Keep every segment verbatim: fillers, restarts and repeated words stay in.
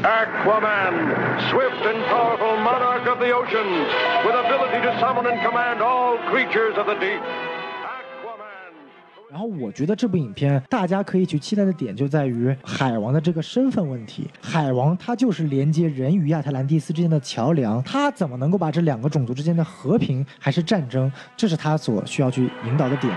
Aquaman, swift and powerful monarch of the oceans, with ability to summon and command all creatures of the deep. 然后我觉得这部影片大家可以去期待的点就在于海王的这个身份问题。海王他就是连接人与亚特兰蒂斯之间的桥梁，他怎么能够把这两个种族之间的和平还是战争，这是他所需要去引导的点。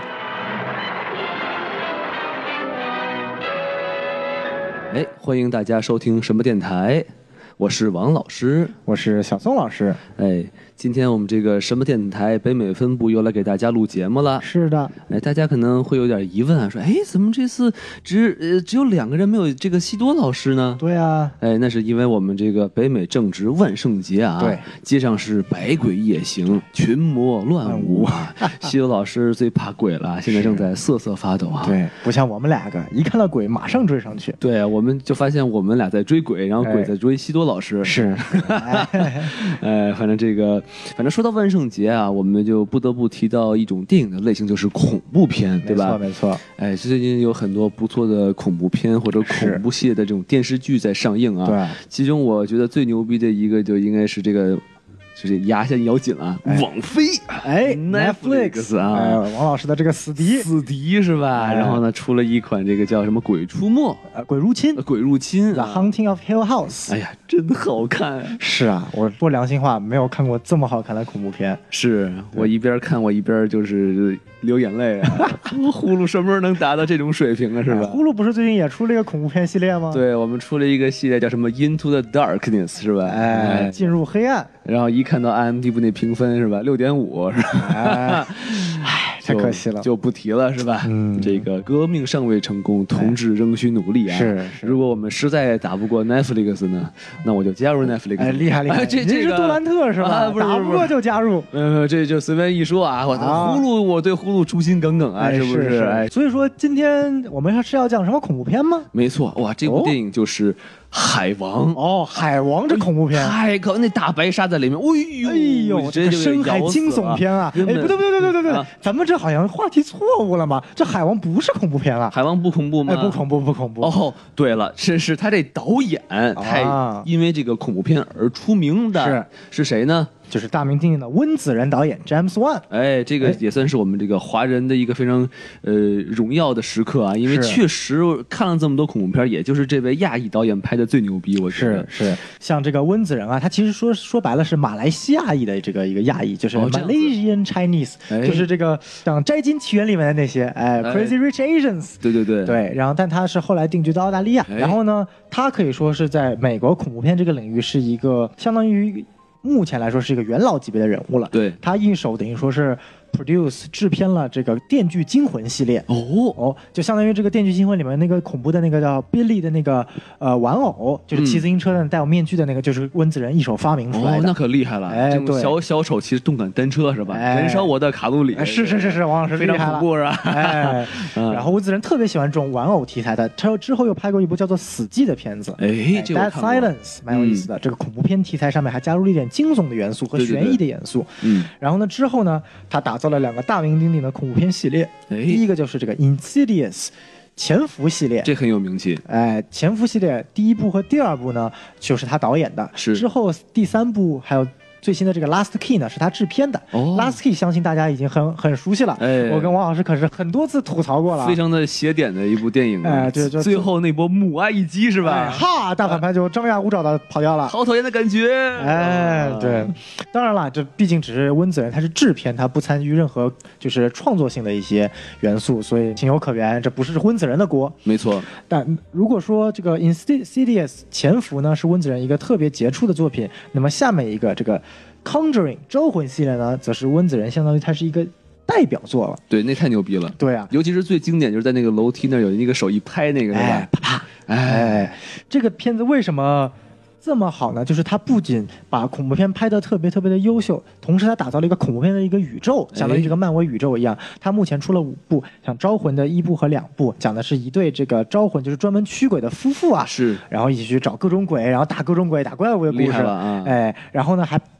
哎，欢迎大家收听什么电台，我是王老师， 我是小宋老师。 哎，今天我们这个什么电台北美分部又来给大家录节目了。 是的， 哎，大家可能会有点疑问啊，说，哎，怎么这次只呃只有两个人，没有这个西多老师呢？ 对啊， 哎，那是因为我们这个北美正值万圣节啊， 对， 街上是百鬼夜行，群魔乱舞啊。西多老师最怕鬼了，现在正在瑟瑟发抖啊。 对，不像我们两个，一看到鬼马上追上去。 对，我们就发现我们俩在追鬼，然后鬼在追西多老师。 哎、是， 哎，反正这个。反正说到万圣节啊，我们就不得不提到一种电影的类型，就是恐怖片，对吧？ 没错，没错。 哎，最近有很多不错的恐怖片或者恐怖系列的这种电视剧在上映啊。 对， 其中我觉得最牛逼的一个就应该是这个。就是牙先咬紧了， 哎、 网飞， 哎 ，Netflix 啊， 哎，王老师的这个死敌， 死敌是吧？哎、然后呢，出了一款这个叫什么《鬼出没》 呃，鬼入侵， 呃、鬼入侵 ，The Haunting of Hill House。 哎呀，真好看！ 是啊，我说良心话，没有看过这么好看的恐怖片。 是我一边看我一边就是流眼泪啊！呼噜什么时候能达到这种水平啊？是吧？ 哎、呼噜不是最近也出了一个恐怖片系列吗？ 对，我们出了一个系列叫什么《Into the Darkness》是吧？ 哎，进入黑暗。 然后一看到 I M D B 那评分是吧，六点五是吧？ 哎，太可惜了， 就不提了是吧？嗯，这个革命尚未成功，同志仍需努力啊！ 是，是如果我们实在打不过 Netflix 呢，那我就加入 Netflix。 哎，厉害厉害！ 哎、这这是杜兰特是吧？ 啊、不是打不过就加入。 呃，这就随便一说啊！我啊呼噜，我对呼噜忠心耿耿啊， 哎、 是不是？ 哎， 所以说今天我们是要讲什么恐怖片吗？ 没错，哇，这部电影就是《海王》 哦，海王这恐怖片， 太可那大白鲨在里面，哎呦， 哎呦，这个深海惊悚片啊！哎，不对不对不对不对，啊、咱们这好像话题错误了嘛？这海王不是恐怖片啊？ 海王不恐怖吗？ 哎，不恐怖不恐怖。 哦，对了，是是他这导演，他因为这个恐怖片而出名的， 是是谁呢？ 就是大名鼎鼎的温子仁导演 James Wan。 哎，这个也算是我们这个华人的一个非常呃荣耀的时刻啊，因为确实看了这么多恐怖片，也就是这位亚裔导演拍的最牛逼，我觉得是是。像这个温子仁啊，他其实说说白了是马来西亚裔的这个一个亚裔，就是 Malaysian Chinese，、哦、就是这个像《摘金奇缘》里面的那些哎 Crazy Rich Asians。 对对对对，然后但他是后来定居到澳大利亚，然后呢，他可以说是在美国恐怖片这个领域是一个相当于。目前来说是一个元老级别的人物了， 对， 他一手等于说是 produce 制片了这个《电锯惊魂》系列， 哦哦，就相当于这个《电锯惊魂》里面那个恐怖的那个叫 Billy 的那个呃玩偶，就是骑自行车的、嗯、戴有面具的那个，就是温子仁一手发明出来的。 哦，那可厉害了！ 哎，对， 小小丑骑动感单车是吧？ 哎、 燃烧我的卡路里。 哎、是是是是，王老师非常恐怖是吧？ 哎，嗯、然后温子仁特别喜欢这种玩偶题材的，他之后又拍过一部叫做《死寂》的片子， 哎，这个 Dead Silence 蛮有意思的、嗯。这个恐怖片题材上面还加入了一点惊悚的元素和悬疑的元素。 对对对嗯， 然后呢，之后呢，他打造了两个大名鼎鼎的恐怖片系列， 哎、 第一个就是这个 Insidious 潜伏系列， 这很有名气。 哎，潜伏系列第一部和第二部呢，就是他导演的， 是之后第三部还有。最新的这个 Last Key 呢，是他制片的。 哦、 Last Key 相信大家已经很很熟悉了。 哎， 我跟王老师可是很多次吐槽过了， 非常的写点的一部电影。 哎，对，就最后那波母爱一击是吧？ 哎、哈，大反派就张牙舞爪的跑掉了， 好讨厌的感觉。 哎，对，当然了，这毕竟只是温子仁，他是制片，他不参与任何就是创作性的一些元素，所以情有可原，这不是温子仁的锅。 没错。 但如果说这个 Insidious 潜伏呢是温子仁一个特别杰出的作品，那么下面一个这个。Conjuring 招魂系列呢，则是温子仁相当于它是一个代表作了。 对，那太牛逼了。 对啊， 尤其是最经典就是在那个楼梯那儿有那个手一拍那个，对吧？ 哎、啪啪，哎，这个片子为什么这么好呢？就是它不仅把恐怖片拍得特别特别的优秀，同时它打造了一个恐怖片的一个宇宙，相当于这个漫威宇宙一样。它目前出了五部，像《招魂》的一部和两部，讲的是一对这个招魂就是专门驱鬼的夫妇啊， 是， 然后一起去找各种鬼，然后打各种鬼、打怪物的故事。 厉害了啊！ 哎，然后呢还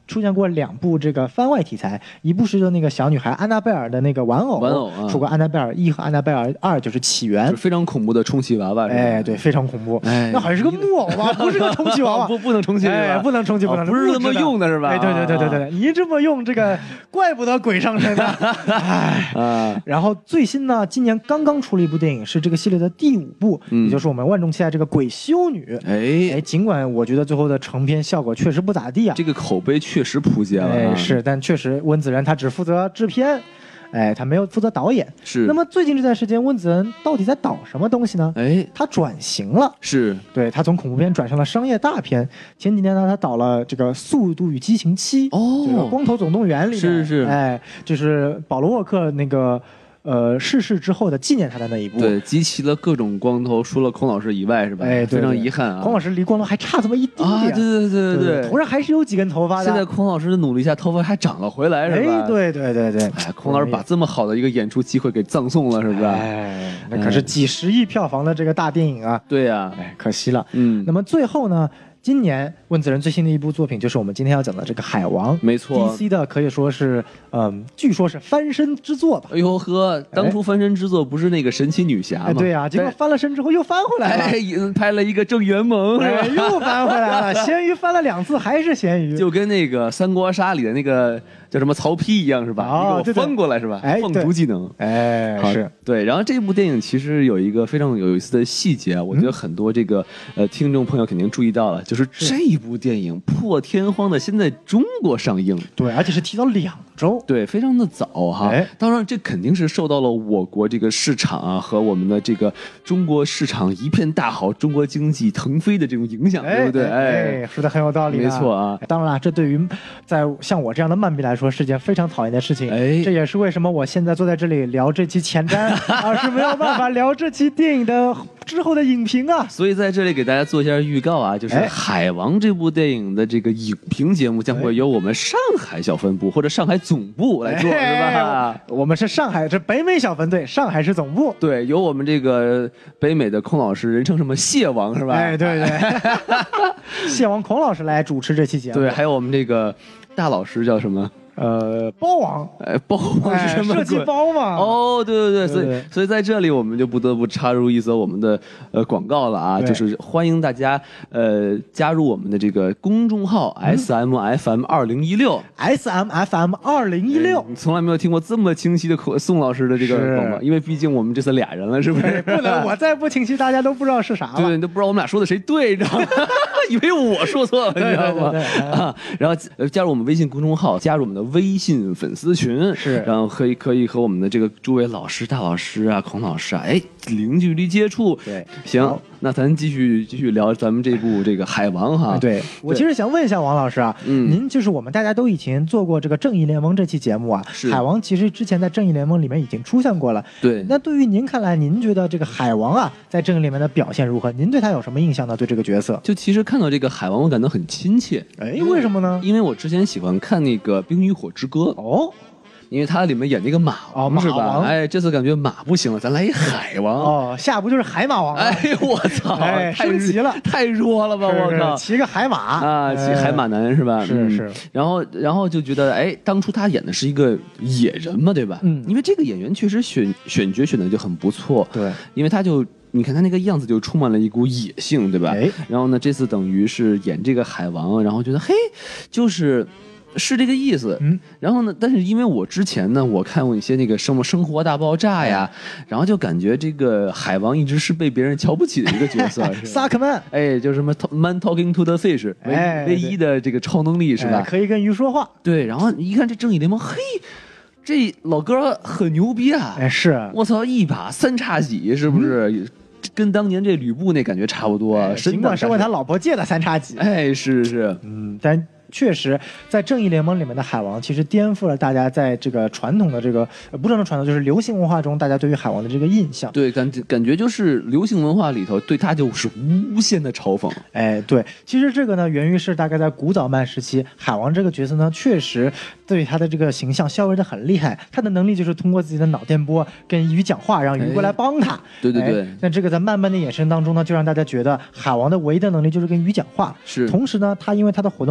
出现过两部这个番外题材，一部是那个小女孩安娜贝尔的那个玩偶， 玩偶啊， 出过安娜贝尔一和安娜贝尔二，就是起源， 是非常恐怖的充气娃娃， 哎，对，非常恐怖， 哎， 那好像是个木偶吧，不是个充气娃娃， 不不能充气， 哎，不能充气，不能， 不是这么用的是吧？ 哎，对对对对对，你一这么用，这个怪不得鬼上身呢，哎啊，然后最新呢，今年刚刚出了一部电影，是这个系列的第五部，也就是我们万众期待这个鬼修女， 哎哎，尽管我觉得最后的成片效果确实不咋地啊， 这个口碑确实扑街了， 哎，是，但确实温子仁他只负责制片。哎，他没有负责导演。 是。 那么最近这段时间，温子仁到底在导什么东西呢？ 哎， 他转型了。 是。 对，他从恐怖片转成了商业大片。前几年呢，他导了这个《速度与激情七》， 哦， 这个《光头总动员》里面， 是是， 哎，就是保罗沃克那个。呃，逝世之后的纪念他的那一部， 对，集齐了各种光头，除了孔老师以外，是吧？ 哎， 非常遗憾啊。 孔老师离光头还差这么一丁点， 啊，对对对对对，头上还是有几根头发的。 现在孔老师的努力下，头发还长了回来，是吧？ 哎，对对对对， 哎，孔老师把这么好的一个演出机会给葬送了，是不是？ 哎，那可是几十亿票房的这个大电影啊！ 对呀， 哎，可惜了。 嗯， 那么最后呢？今年温子仁最新的一部作品就是我们今天要讲的这个《海王》， 没错 ，D C 的可以说是，嗯，据说是翻身之作吧。 哎呦呵，当初翻身之作不是那个神奇女侠吗？ 哎，对呀、啊，结果翻了身之后又翻回来了， 哎，拍了一个正义联盟， 哎，又翻回来了。咸鱼翻了两次还是咸鱼， 就跟那个三国杀里的那个叫什么曹丕一样，是吧？ 哦， 一个翻过来是吧？ 哎， 放毒技能， 哎，是对。然后这部电影其实有一个非常有意思的细节啊，我觉得很多这个呃听众朋友肯定注意到了，就是这一部电影破天荒的先在中国上映， 对，而且是提早两周， 对，非常的早哈。 哎， 当然这肯定是受到了我国这个市场啊和我们的这个中国市场一片大好，中国经济腾飞的这种影响， 哎、 对不对？ 哎，哎说的很有道理， 没错啊。 当然了，这对于在像我这样的漫迷来说是件非常讨厌的事情， 哎， 这也是为什么我现在坐在这里聊这期前瞻，而是没有办法聊这期电影的之后的影评啊。 所以在这里给大家做一下预告啊，就是《海王》这部电影的这个影评节目将会由我们上海小分部或者上海总部来做， 哎、 是吧？ 我们是上海，这北美小分队，上海是总部。 对，由我们这个北美的孔老师，人称什么蟹王是吧？ 哎，对对，蟹王孔老师来主持这期节目。 对，还有我们这个大老师叫什么？ 呃，包王， 哎，包王是什么？ 射击包嘛。 哦，对对对，所以对对所以在这里我们就不得不插入一则我们的呃广告了啊，就是欢迎大家呃加入我们的这个公众号 S M F M 二零一六 S M F M 二零一六， 你从来没有听过这么清晰的口宋老师的这个广告，因为毕竟我们这次俩人了，是不是？ 不能，我再不清晰，大家都不知道是啥了。 对，你都不知道我们俩说的谁对，你知道吗？以为我说错了，你知道吗？ 对对对对啊，然后呃加入我们微信公众号，加入我们的微信粉丝群， 是， 然后可以可以和我们的这个诸位老师、大老师啊、孔老师啊，哎，零距离接触。 对， 行，那咱继续继续聊咱们这部这个海王哈。 对，我其实想问一下王老师啊， 嗯， 您就是我们大家都以前做过这个正义联盟这期节目啊， 是海王其实之前在正义联盟里面已经出现过了。 对， 那对于您看来，您觉得这个海王啊在正义里面的表现如何？您对他有什么印象呢？对这个角色？ 就其实看到这个海王，我感到很亲切。 哎，为什么呢？ 因为我之前喜欢看那个《冰与火之歌》 哦。 因为他里面演那个马王、 哦、 是吧？ 马王哎，这次感觉马不行了，咱来一海王哦，下不就是海马王？ 哎，我操， 哎、 太升级了， 太弱了吧！我靠， 骑个海马啊，骑海马男是吧？ 是是、 嗯。然后，然后就觉得，哎，当初他演的是一个野人嘛，对吧？ 嗯， 因为这个演员确实选选角选的就很不错， 对， 因为他就。你看他那个样子就充满了一股野性，对吧？ 哎， 然后呢，这次等于是演这个海王，然后觉得嘿，就是是这个意思。 嗯， 然后呢，但是因为我之前呢，我看过一些那个什么《生活大爆炸》呀，然后就感觉这个海王一直是被别人瞧不起的一个角色。 萨克曼， 哎，就是什么 Man Talking to the Fish，唯、 哎、 唯一的这个超能力是吧、 哎？可以跟鱼说话。 对，然后你一看这正义联盟，嘿。这老哥很牛逼啊！ 哎，是我操，一把三叉戟，是不是？嗯，跟当年这吕布那感觉差不多， 哎、尽管是问他老婆借的三叉戟， 哎，是是， 嗯，但确实在正义联盟里面的海王，其实颠覆了大家在这个传统的这个呃不能说传统，就是流行文化中大家对于海王的这个印象。 对，感感觉就是流行文化里头对他就是无限的嘲讽。 哎，对，其实这个呢，源于是大概在古早漫时期，海王这个角色呢，确实对他的这个形象消微的很厉害。他的能力就是通过自己的脑电波跟鱼讲话，让鱼过来帮他。 哎、对对对。 那、哎、这个在慢慢的衍生当中呢，就让大家觉得海王的唯一的能力就是跟鱼讲话。 是。 同时呢，他因为他的活动范围是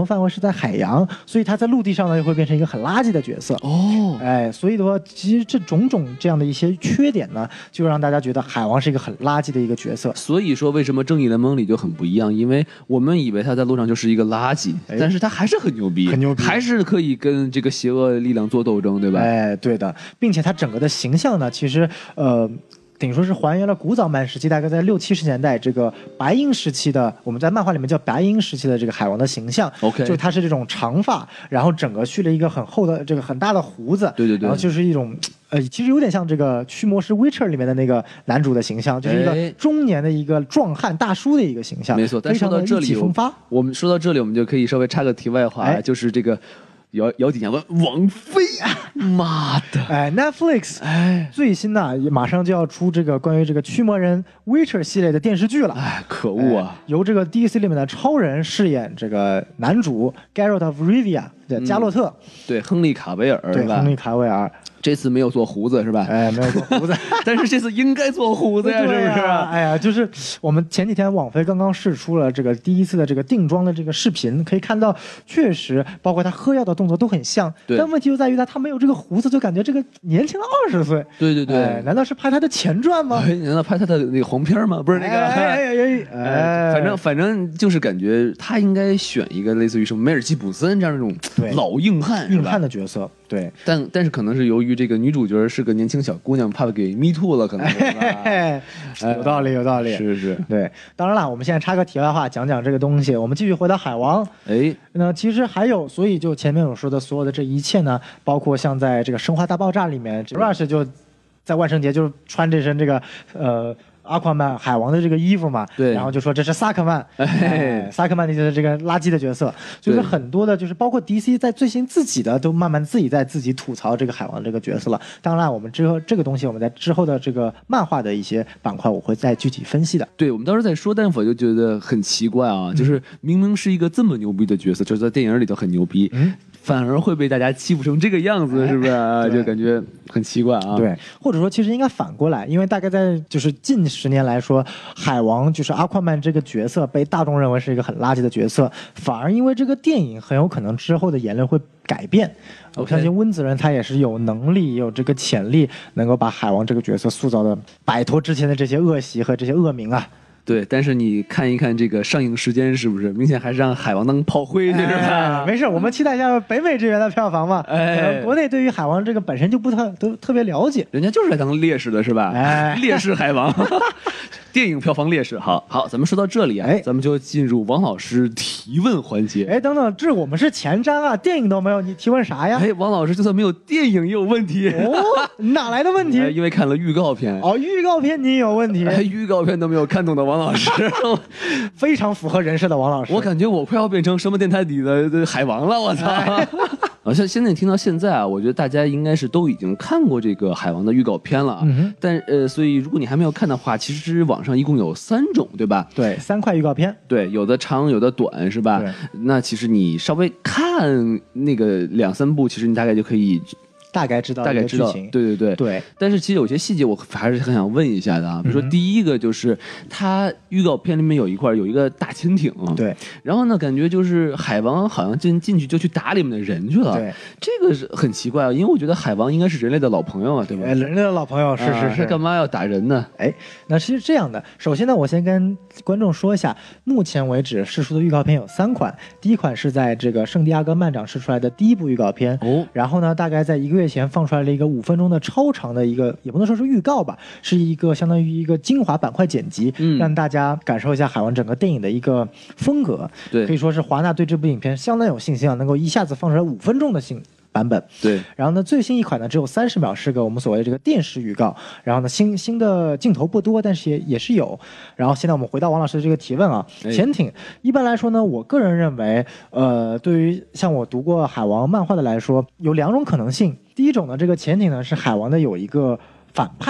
在海洋，所以他在陆地上呢又会变成一个很垃圾的角色。 哦， 哎，所以的话，其实这种种这样的一些缺点呢，就让大家觉得海王是一个很垃圾的一个角色。 所以说为什么正义联盟里就很不一样？因为我们以为他在路上就是一个垃圾， 哎、 但是他还是很牛逼， 很牛逼， 还是可以跟这个邪恶力量做斗争，对吧？ 哎，对的，并且他整个的形象呢，其实呃。等于说是还原了古早漫时期，大概在六七十年代这个白银时期的，我们在漫画里面叫白银时期的这个海王的形象。 OK， 就是他是这种长发，然后整个蓄了一个很厚的这个很大的胡子。 对对对。 然后就是一种，呃，其实有点像这个驱魔师 Witcher 里面的那个男主的形象，就是一个中年的一个壮汉大叔的一个形象。 没错，但说到这里， 风发。 我们说到这里，我们就可以稍微插个题外话，哎、就是这个。姚姚几年问王菲，妈的！ 哎 ，Netflix 哎最新的马上就要出这个关于这个驱魔人 Witcher 系列的电视剧了。 哎，可恶啊！ 哎、由这个 D C 里面的超人饰演这个男主 Geralt of Rivia 的加洛特， 嗯、对，亨利卡维尔， 对，亨利卡维尔。 这次没有做胡子是吧？ 哎，没有做胡子， 但是这次应该做胡子呀，是不是？ 哎呀，就是我们前几天网飞刚刚试出了这个第一次的这个定妆的这个视频，可以看到，确实包括他喝药的动作都很像，但问题就在于他他没有这个胡子，就感觉这个年轻了二十岁。 对对对、 哎，难道是拍他的前传吗？ 哎、难道拍他的那个黄片吗？不是那个， 哎哎哎哎， 哎反正反正就是感觉他应该选一个类似于什么梅尔吉普森这样一种老硬汉硬汉的角色。对， 但但是可能是由于这个女主角是个年轻小姑娘，怕给 me too 了，可能是吧、 哎、有道理，有道理， 是是， 对。当然了，我们现在插个题外话，讲讲这个东西。我们继续回到海王， 哎， 那其实还有，所以就前面我说的所有的这一切呢，包括像在这个《生化大爆炸》里面 ，Rush 就在万圣节就穿这身这个呃。阿夸曼海王的这个衣服嘛， 对， 然后就说这是萨克曼，哎，萨克曼就是这个垃圾的角色，就是很多的，就是包括 D C 在最新自己的都慢慢自己在自己吐槽这个海王这个角色了。当然，我们之后这个东西我们在之后的这个漫画的一些板块我会再具体分析的。 对，我们当时在说，但是我就觉得很奇怪啊，嗯、就是明明是一个这么牛逼的角色，就是在电影里头很牛逼。嗯，反而会被大家欺负成这个样子，是不是、哎？就感觉很奇怪啊。 对，或者说其实应该反过来，因为大概在就是近十年来说，海王就是阿夸曼这个角色被大众认为是一个很垃圾的角色，反而因为这个电影很有可能之后的言论会改变。Okay. 我相信温子仁他也是有能力、也有这个潜力，能够把海王这个角色塑造的摆脱之前的这些恶习和这些恶名啊。 对，但是你看一看这个上映时间，是不是明显还是让海王当炮灰，是吧、 哎？没事，我们期待一下北美这边的票房嘛。哎，国内对于海王这个本身就不特都特别了解， 人家就是来当烈士的，是吧？哎，烈士海王。电影票房烈士，好好，咱们说到这里啊，哎，咱们就进入王老师提问环节。 哎，等等，这我们是前瞻啊，电影都没有，你提问啥呀？ 哎，王老师就算没有电影也有问题哦，哪来的问题？ 哎、因为看了预告片。 哦，预告片你也有问题？ 哎，预告片都没有看懂的王老师， 非常符合人设的王老师。 我感觉我快要变成什么电台里的海王了，我操！哎好像现在听到现在啊，我觉得大家应该是都已经看过这个海王的预告片了。嗯、但呃，所以如果你还没有看的话，其实网上一共有三种，对吧？ 对，三块预告片。 对，有的长，有的短，是吧？那其实你稍微看那个两三部，其实你大概就可以。 大概知道， 大概知道，对对对对。 但是其实有些细节我还是很想问一下的啊，比如说第一个就是它预告片里面有一块有一个大潜艇， 对。 然后呢，感觉就是海王好像进进去就去打里面的人去了， 对。 这个是很奇怪啊，因为我觉得海王应该是人类的老朋友啊，对吧？ 哎，人类的老朋友是是是， 他干嘛要打人呢？ 哎，那其实这样的，首先呢，我先跟观众说一下，目前为止释出的预告片有三款，第一款是在这个圣地亚哥曼长释出来的第一部预告片，哦，然后呢，大概在一个月前放出来了一个五分钟的超长的一个，也不能说是预告吧，是一个相当于一个精华板块剪辑，嗯，让大家感受一下海王整个电影的一个风格。 对， 可以说是华纳对这部影片相当有信心啊，能够一下子放出来五分钟的新版本。 对， 然后呢，最新一款呢只有三十秒，是个我们所谓的这个电视预告。然后呢，新新的镜头不多，但是也也是有。然后现在我们回到王老师的这个提问啊，潜艇一般来说呢，我个人认为，呃，对于像我读过海王漫画的来说，有两种可能性。第一种呢，这个潜艇呢是海王的有一个反派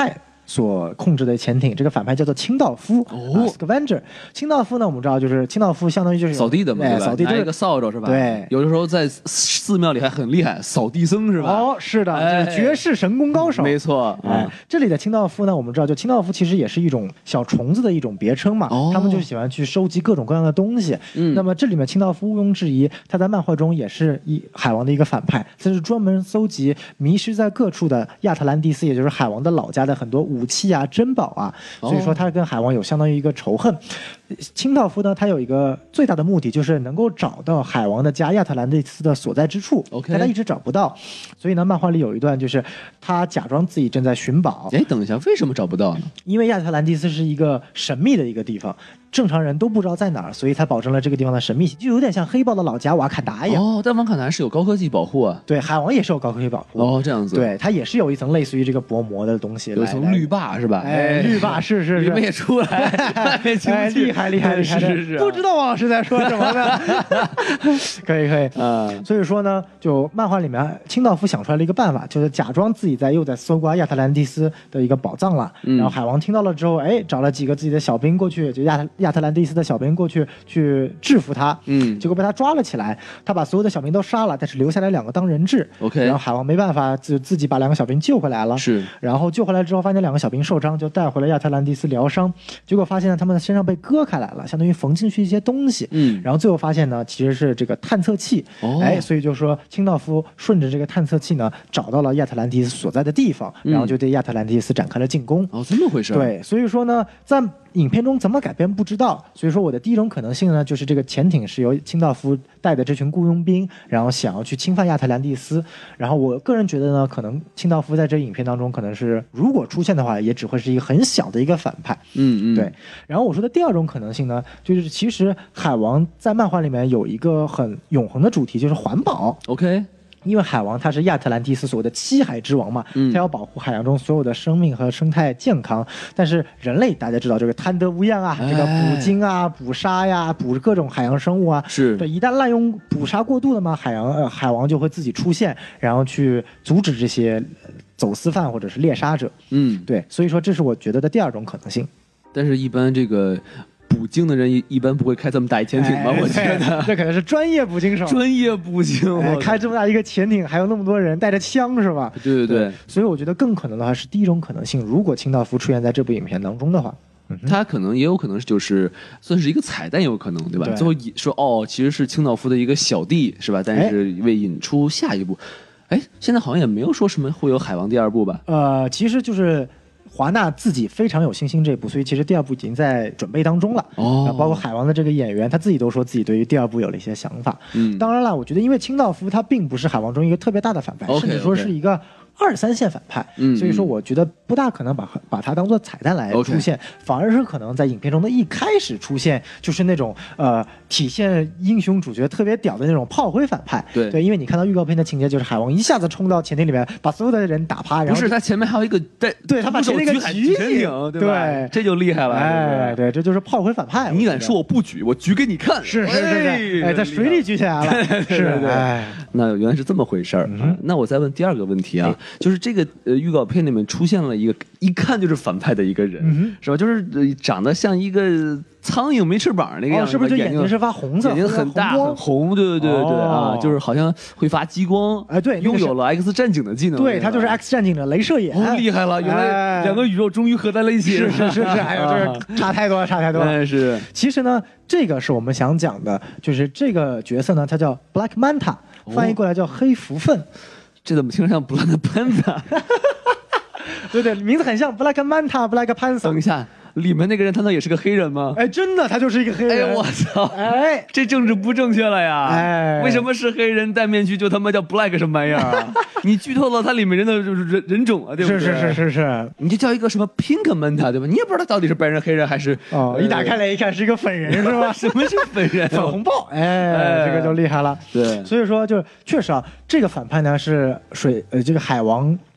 所控制的潜艇，这个反派叫做清道夫哦 Scavenger。清道夫呢，我们知道就是清道夫相当于就是扫地的嘛，对吧？ 扫地拿一个扫帚是吧？ 对， 有的时候在寺庙里还很厉害，扫地僧是吧？ 哦，是的， 哎、 就是绝世神功高手。 没错， 哎， 嗯、 这里的清道夫呢，我们知道就清道夫其实也是一种小虫子的一种别称嘛， 哦、 他们就喜欢去收集各种各样的东西。嗯，那么这里面清道夫毋庸置疑，他在漫画中也是一海王的一个反派，他是专门搜集迷失在各处的亚特兰蒂斯，也就是海王的老家的很多武器啊、珍宝啊，所以说他跟海王有相当于一个仇恨。清道夫呢，他有一个最大的目的就是能够找到海王的家亚特兰蒂斯的所在之处， okay. 但他一直找不到，所以呢，漫画里有一段就是他假装自己正在寻宝。 哎，等一下，为什么找不到呢？ 因为亚特兰蒂斯是一个神秘的一个地方，正常人都不知道在哪儿，所以才保证了这个地方的神秘性，就有点像黑豹的老家瓦坎达一样。 哦，但瓦坎达是有高科技保护啊。 对，海王也是有高科技保护。 哦，这样子。 对，它也是有一层类似于这个薄膜的东西， 有一层绿坝是吧？ 哎，绿坝是是是， 你们也出来， 哎，厉害厉害厉害， 是是是， 不知道王老师在说什么呢？可以可以啊、 嗯，所以说呢，就漫画里面清道夫想出来了一个办法，就是假装自己在又在搜刮亚特兰蒂斯的一个宝藏了。嗯、然后海王听到了之后，哎，找了几个自己的小兵过去，就亚亚特兰蒂斯的小兵过去去制服他。嗯，结果被他抓了起来，他把所有的小兵都杀了，但是留下来两个当人质。 OK， 然后海王没办法，就自己把两个小兵救回来了。 是， 然后救回来之后，发现两个小兵受伤，就带回了亚特兰蒂斯疗伤。结果发现他们的身上被割开来了，相当于缝进去一些东西。嗯，然后最后发现呢，其实是这个探测器。哦，哎，所以就说清道夫顺着这个探测器呢，找到了亚特兰蒂斯所在的地方，然后就对亚特兰蒂斯展开了进攻。 哦，这么回事。 对，所以说呢，在影片中怎么改编不知道，所以说我的第一种可能性呢，就是这个潜艇是由清道夫带的这群雇佣兵，然后想要去侵犯亚特兰蒂斯。然后我个人觉得呢，可能清道夫在这影片当中可能是如果出现的话，也只会是一个很小的一个反派。 嗯嗯， 对。然后我说的第二种可能性呢，就是其实海王在漫画里面有一个很永恒的主题，就是环保。 OK。 因为海王他是亚特兰蒂斯所谓的七海之王嘛，嗯、他要保护海洋中所有的生命和生态健康。但是人类大家知道这个贪得无厌啊，哎、这个捕鲸啊、捕杀呀、捕各种海洋生物啊， 是对，一旦滥用捕杀过度了嘛，海洋、呃、海王就会自己出现，然后去阻止这些走私犯或者是猎杀者。 嗯， 对，所以说这是我觉得的第二种可能性。 但是，一般这个。捕鲸的人一一般不会开这么大一潜艇吧？哎、我觉得这可能是专业捕鲸手， 专业捕鲸、 哎，开这么大一个潜艇，还有那么多人带着枪，是吧？ 对对 对, 对。所以我觉得更可能的话是第一种可能性，如果清道夫出现在这部影片当中的话， 嗯、他可能也有可能就是算是一个彩蛋，有可能对吧？ 对最后说哦，其实是清道夫的一个小弟，是吧？但是为引出下一步，哎，现在好像也没有说什么会有海王第二部吧？ 呃，其实就是。华纳自己非常有信心这部，所以其实第二部已经在准备当中了。哦，包括海王的这个演员，他自己都说自己对于第二部有了一些想法。嗯，当然了，我觉得因为清道夫他并不是海王中一个特别大的反派， okay, 甚至说是一个二三线反派， 嗯， 所以说我觉得不大可能把把他当做彩蛋来出现， okay. 反而是可能在影片中的一开始出现，就是那种呃体现英雄主角特别屌的那种炮灰反派。 对对，因为你看到预告片的情节，就是海王一下子冲到潜艇里面，把所有的人打趴，然后不是他前面还有一个带， 对他把前面一个举潜艇，对吧？ 对， 这就厉害了。 哎，对，这就是炮灰反派。 你敢说我不举，我举给你看。 是是是，哎，在水里举起来了。是，哎， 那原来是这么回事儿。嗯，那我再问第二个问题啊，就是这个呃预告片里面出现了一个一看就是反派的一个人， 嗯、 是吧？就是长得像一个苍蝇没翅膀那个样子， 哦、是不是就眼睛是发红色， 眼睛很大很红？对对对对、哦、啊，就是好像会发激光。 哎，对， 拥有了 X 战警的技能。 对，他就是 X 战警的镭射眼。 哦，厉害了！原来两个宇宙终于合在了一起。 是是是是，哎呦，这差太多了，差太多了。 但是， 其实呢，这个是我们想讲的，就是这个角色呢，他叫 Black Manta， 翻译过来叫黑蝠鲼。 这怎么听着像 Black Panther？ 对对，名字很像 Black Manta、Black Panther。 等一下，里面那个人难道也是个黑人吗？ 哎，真的，他就是一个黑人。 哎，我操！ 哎， 这政治不正确了呀！ 哎， 为什么是黑人戴面具就他妈叫 Black 什么玩意儿啊？你剧透了他里面人的就是人人种啊，对不对？ 是是是是是， 你就叫一个什么 Pink Manta 对吧？你也不知道到底是白人黑人还是哦，一打开来一看是一个粉人是吧？ 什么是粉人？ 粉红豹，哎，哎这个就厉害了。 对， 所以说就确实啊，这个反派呢是水呃这个海王。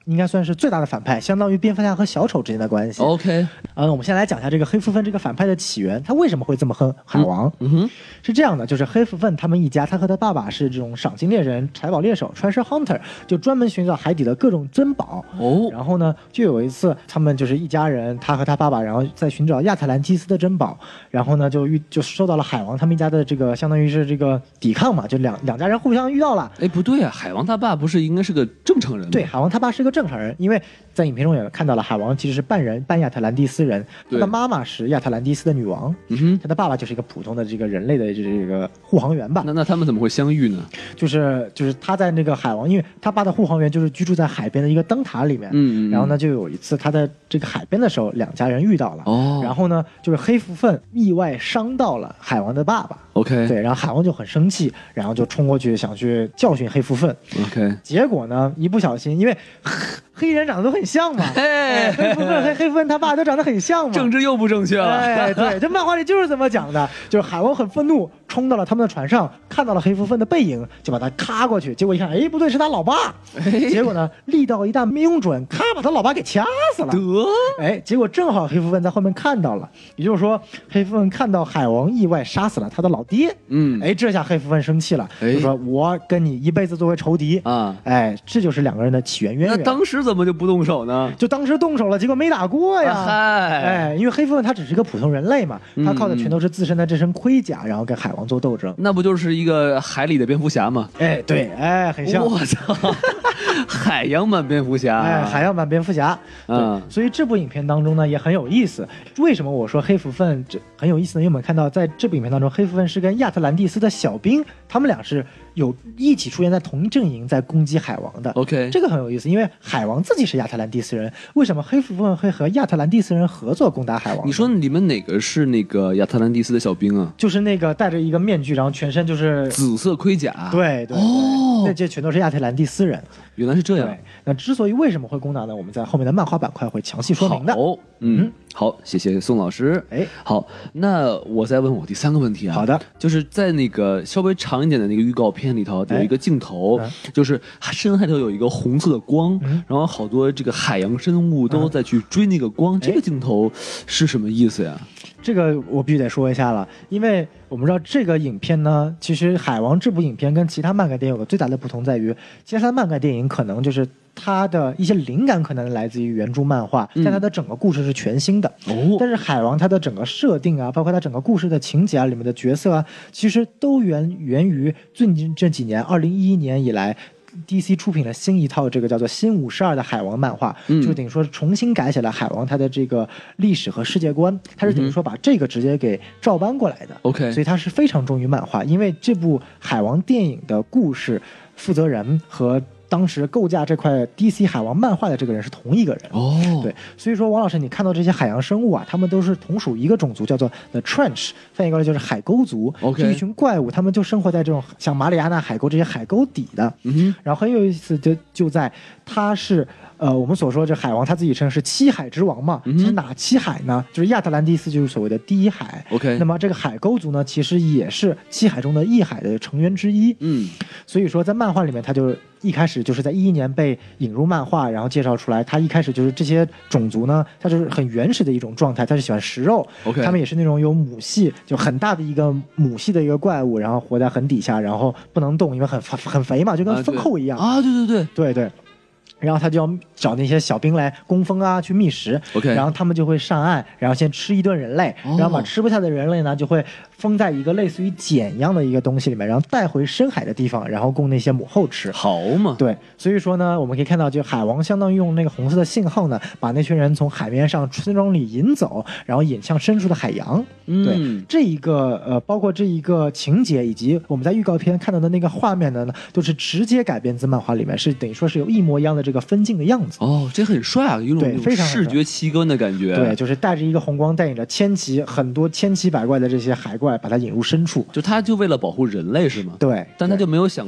应该算是最大的反派，相当于蝙蝠侠和小丑之间的关系。 OK， 嗯，我们先来讲一下这个黑蝠愤这个反派的起源，他为什么会这么恨海王？ 嗯哼， 是这样的，就是黑蝠愤他们一家，他和他爸爸是这种赏金猎人、财宝猎手 （treasure hunter），就专门寻找海底的各种珍宝。 哦， 然后呢，就有一次他们就是一家人，他和他爸爸，然后在寻找亚特兰蒂斯的珍宝，然后呢就遇就受到了海王他们一家的这个相当于是这个抵抗嘛，就两两家人互相遇到了。 哎，不对啊，海王他爸不是应该是个正常人吗？ 对，海王他爸是个正常人，因为在影片中也看到了，海王其实是半人半亚特兰蒂斯人，他的妈妈是亚特兰蒂斯的女王， 嗯哼， 他的爸爸就是一个普通的这个人类的这个护航员吧。 那那他们怎么会相遇呢？ 就是就是他在那个海王，因为他爸的护航员就是居住在海边的一个灯塔里面， 嗯，嗯然后呢就有一次他在这个海边的时候，两家人遇到了， 哦， 然后呢就是黑蝠愤意外伤到了海王的爸爸。 OK， 对，然后海王就很生气，然后就冲过去想去教训黑蝠愤。 OK， 结果呢，一不小心，因为黑人长得都很像嘛，哎，黑蝠愤和黑蝠愤他爸都长得很像嘛， 政治又不正确了。 哎，对，这漫画里就是这么讲的，就是海王很愤怒，冲到了他们的船上，看到了黑蝠愤的背影，就把他咔过去，结果一看，哎，不对，是他老爸，结果呢，力道一大没用准，咔把他老爸给掐死了。 得， 哎，结果正好黑蝠愤在后面看到了，也就是说，黑蝠愤看到海王意外杀死了他的老爹， 嗯， 哎，这下黑蝠愤生气了， 哎就说我跟你一辈子作为仇敌啊， 哎，这就是两个人的起源渊源。 那当时怎么就不动手呢？ 就当时动手了，结果没打过呀。 啊嗨， 哎，因为黑蝠愤他只是一个普通人类嘛，他靠的全都是自身的这身盔甲，然后跟海王做斗争。 那不就是一个海里的蝙蝠侠吗？ 哎，对，哎，很像。 我操，海洋版蝙蝠侠， 哎，海洋版蝙蝠侠。 嗯， 所以这部影片当中呢也很有意思。为什么我说黑蝠愤这很有意思呢？因为我们看到在这部影片当中，黑蝠愤是跟亚特兰蒂斯的小兵，他们俩是有一起出现在同一阵营，在攻击海王的。 OK， 这个很有意思，因为海王自己是亚特兰蒂斯人，为什么黑蝠愤会和亚特兰蒂斯人合作攻打海王？ 你说你们哪个是那个亚特兰蒂斯的小兵啊？ 就是那个戴着一个面具，然后全身就是紫色盔甲。 对对对， 哦， 那这全都是亚特兰蒂斯人。 原来是这样。 对，那之所以为什么会攻打呢？我们在后面的漫画板块会详细说明的。 好，嗯，嗯好，谢谢宋老师。 哎， 好，那我再问我第三个问题啊。 好的， 就是在那个稍微长一点的那个预告片里头，有一个镜头， 哎、 就是深海头有一个红色的光， 嗯、 然后好多这个海洋生物都在去追那个光， 嗯、 这个镜头是什么意思呀？ 这个我必须得说一下了，因为我们知道这个影片呢，其实《海王》这部影片跟其他漫改电影有个最大的不同在于，其他的漫改电影可能就是它的一些灵感可能来自于原著漫画，但它的整个故事是全新的。 哦， 但是《海王》它的整个设定啊，包括它整个故事的情节啊，里面的角色啊，其实都源源于最近这几年，二零一一年以来。D C 出品了新一套这个叫做《新五十二》的海王漫画， 嗯、 就等于说重新改写了海王它的这个历史和世界观，它是等于说把这个直接给照搬过来的。 OK， 所以它是非常忠于漫画，因为这部海王电影的故事负责人和当时构架这块 D C 海王漫画的这个人是同一个人哦， 对，所以说王老师，你看到这些海洋生物啊，他们都是同属一个种族，叫做 The Trench， 翻译过来就是海沟族。 OK， 是一群怪物，他们就生活在这种像马里亚纳海沟这些海沟底的。 嗯哼， 然后很有意思的就在它是。呃，我们所说这海王他自己称是七海之王嘛， 嗯、 其实哪七海呢？就是亚特兰蒂斯就是所谓的第一海。 OK， 那么这个海沟族呢，其实也是七海中的一海的成员之一。 嗯， 所以说在漫画里面，他就一开始就是在一一年被引入漫画，然后介绍出来。他一开始就是这些种族呢，它就是很原始的一种状态，它是喜欢食肉。 OK， 他们也是那种有母系，就很大的一个母系的一个怪物，然后活在很底下，然后不能动，因为很很肥嘛，就跟蜂后一样啊。对对对对对。然后他就要找那些小兵来攻锋啊，去觅食。 OK， 然后他们就会上岸，然后先吃一顿人类， 哦、 然后把吃不下的人类呢，就会封在一个类似于茧一样的一个东西里面，然后带回深海的地方，然后供那些母后吃。 好嘛， 对，所以说呢，我们可以看到，就海王相当于用那个红色的信号呢，把那群人从海面上村庄里引走，然后引向深处的海洋。 嗯、 对，这一个呃，包括这一个情节，以及我们在预告片看到的那个画面呢，都是直接改编自漫画里面，是等于说是有一模一样的这个分镜的样子。 哦，这很帅啊，有种视觉奇观的感觉。 对，就是带着一个红光，带领着千奇很多千奇百怪的这些海怪，把它引入深处。 就他就为了保护人类是吗？ 对， 但他就没有想过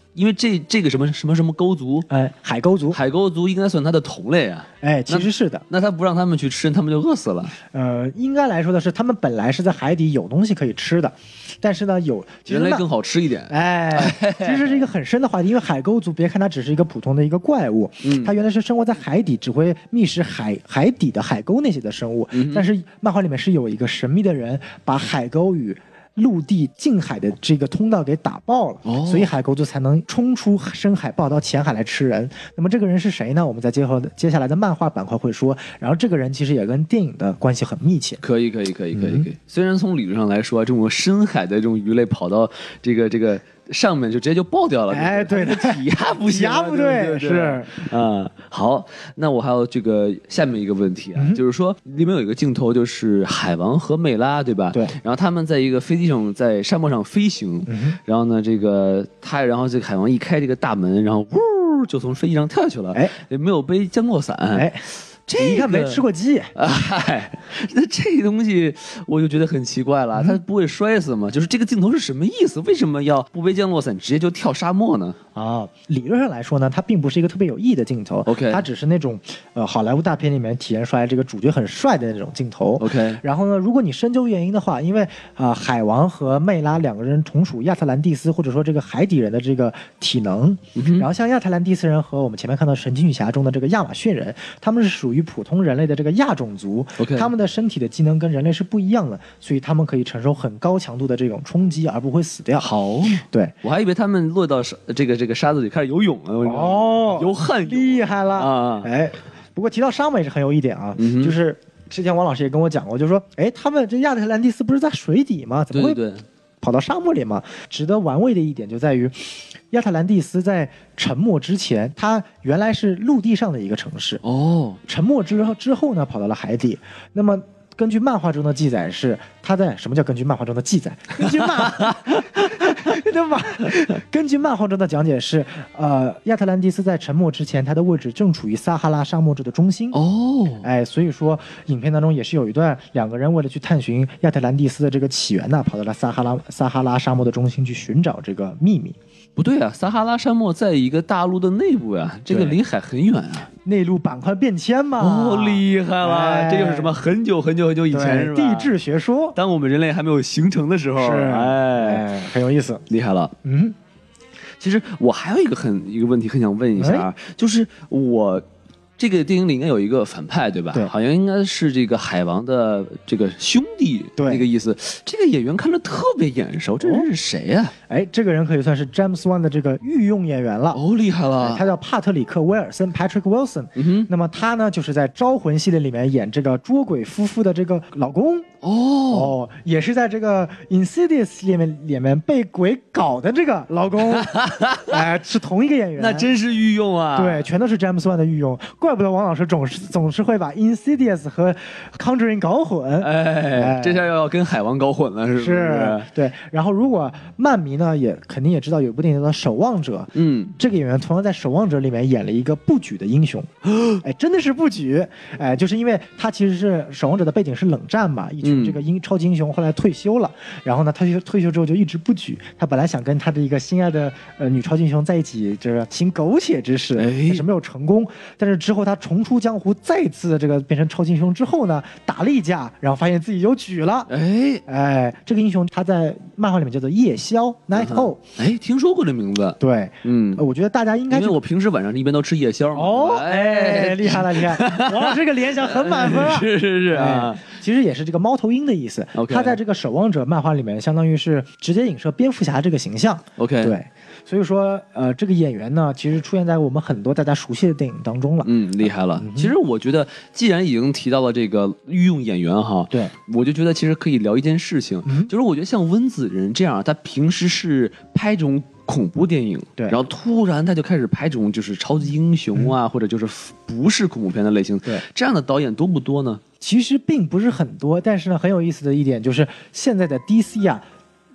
因为这这个什么什么什么钩族， 哎，海沟族， 海沟族应该算它的同类啊。 哎，其实是的。 那他不让他们去吃，他们就饿死了。 呃，应该来说的是，他们本来是在海底有东西可以吃的，但是呢，有人类更好吃一点。 哎，其实是一个很深的话题，因为海沟族，别看它只是一个普通的一个怪物，嗯，它原来是生活在海底，只会觅食海海底的海沟那些的生物，嗯，但是漫画里面是有一个神秘的人把海沟与陆地近海的这个通道给打爆了，哦，所以海沟族才能冲出深海报到浅海来吃人。那么这个人是谁呢？我们在接后接下来的漫画板块会说。然后这个人其实也跟电影的关系很密切。 可以，可以，可以，可以，可以。虽然从理论上来说，这种深海的这种鱼类跑到这个这个上面就直接就爆掉了， 哎，对， 体压不行， 体压不对，对是啊、嗯。好，那我还有这个下面一个问题啊，嗯、就是说里面有一个镜头，就是海王和魅拉，对吧？ 对。 然后他们在一个飞机上在沙漠上飞行，嗯、然后呢，这个他，然后这个海王一开这个大门，然后呜就从飞机上跳下去了，哎，也没有背降落伞， 哎。 这个、 一看没吃过鸡， 哎，那这东西我就觉得很奇怪了，嗯、他不会摔死吗？就是这个镜头是什么意思？为什么要不背降落伞直接就跳沙漠呢？ 啊，理论上来说呢，它并不是一个特别有意义的镜头 ，OK， 它只是那种呃好莱坞大片里面体现出来这个主角很帅的那种镜头 ，OK。 然后呢，如果你深究原因的话，因为啊、呃、海王和魅拉两个人同属亚特兰蒂斯或者说这个海底人的这个体能，嗯、然后像亚特兰蒂斯人和我们前面看到神奇女侠中的这个亚马逊人，他们是属于普通人类的这个亚种族， okay. 他们的身体的机能跟人类是不一样的，所以他们可以承受很高强度的这种冲击而不会死掉。 好， 对， 我还以为他们落到这个这个沙子里开始游泳了。 哦， 游汉泳厉害了啊！ 哎，不过提到沙漠也是很有一点啊， 嗯、 就是之前王老师也跟我讲过，就是说，哎，他们这亚特兰蒂斯不是在水底吗？怎么会跑到沙漠里吗？值得玩味的一点就在于，亚特兰蒂斯在沉没之前，它原来是陆地上的一个城市。 哦， 沉没之后之后呢，跑到了海底。那么根据漫画中的记载是，它在什么叫根据漫画中的记载？根据漫，对吧？根据漫画中的讲解是，呃，亚特兰蒂斯在沉没之前，它的位置正处于撒哈拉沙漠这的中心。 哦， 哎，所以说影片当中也是有一段两个人为了去探寻亚特兰蒂斯的这个起源呢，跑到了撒哈拉撒哈拉沙漠的中心去寻找这个秘密。 不对啊，撒哈拉沙漠在一个大陆的内部呀，这个离海很远啊。 内陆板块变迁嘛， 哦，厉害了！哎、这就是什么很久很久很久以前是吧？ 地质学说， 当我们人类还没有形成的时候， 是哎， 哎，很有意思， 厉害了。 嗯， 其实我还有一个很一个问题很想问一下，哎、就是我。这个电影里应该有一个反派，对吧？ 对， 好像应该是这个海王的这个兄弟， 对， 那个意思。这个演员看着特别眼熟，这人是谁呀、啊？ 哎，这个人可以算是詹姆斯万的这个御用演员了。 哦，厉害了！ 哎、他叫帕特里克·威尔森 （Patrick Wilson）。 嗯哼， 那么他呢，就是在《招魂》系列里面演这个捉鬼夫妇的这个老公。 哦哦，也是在这个《Insidious》里面里面被鬼搞的这个老公，哎，是同一个演员。 那真是御用啊！ 对，全都是詹姆斯万的御用，怪不得王老师总是总是会把《Insidious》和《Conjuring》搞混。 哎，哎这下要跟海王搞混了，是不是？ 是，对。然后，如果漫迷呢，也肯定也知道有一部电影叫做《守望者》。 嗯， 这个演员同样在《守望者》里面演了一个不举的英雄。哎，真的是不举。哎，就是因为他其实是《守望者》的背景是冷战嘛，一群这个英超级英雄后来退休了，然后呢，他就退休之后就一直不举。他本来想跟他的一个心爱的呃女超级英雄在一起，就是行苟且之事， 哎、 但是没有成功。但是之后他重出江湖，再次这个变成超级英雄之后呢，打了一架，然后发现自己有举了。 哎哎，这个英雄他在漫画里面叫做夜宵 Night Owl。 哎，听说过这名字。 对， 嗯， 我觉得大家应该因为我平时晚上一般都吃夜宵嘛。 哦，哎，厉害了，厉害！王老师这个联想很满分啊。 是是是啊、 哎，其实也是这个猫头鹰的意思。 Okay. 他在这个守望者漫画里面，相当于是直接影射蝙蝠侠这个形象。 OK， 对，所以说，呃，这个演员呢，其实出现在我们很多大家熟悉的电影当中了。 嗯，厉害了。嗯、其实我觉得，既然已经提到了这个御用演员哈， 对， 我就觉得其实可以聊一件事情，嗯、就是我觉得像温子仁这样，他平时是拍这种恐怖电影， 对， 然后突然他就开始拍这种就是超级英雄啊，嗯、或者就是不是恐怖片的类型， 对， 这样的导演多不多呢？ 其实并不是很多，但是呢，很有意思的一点就是现在的 D C 啊，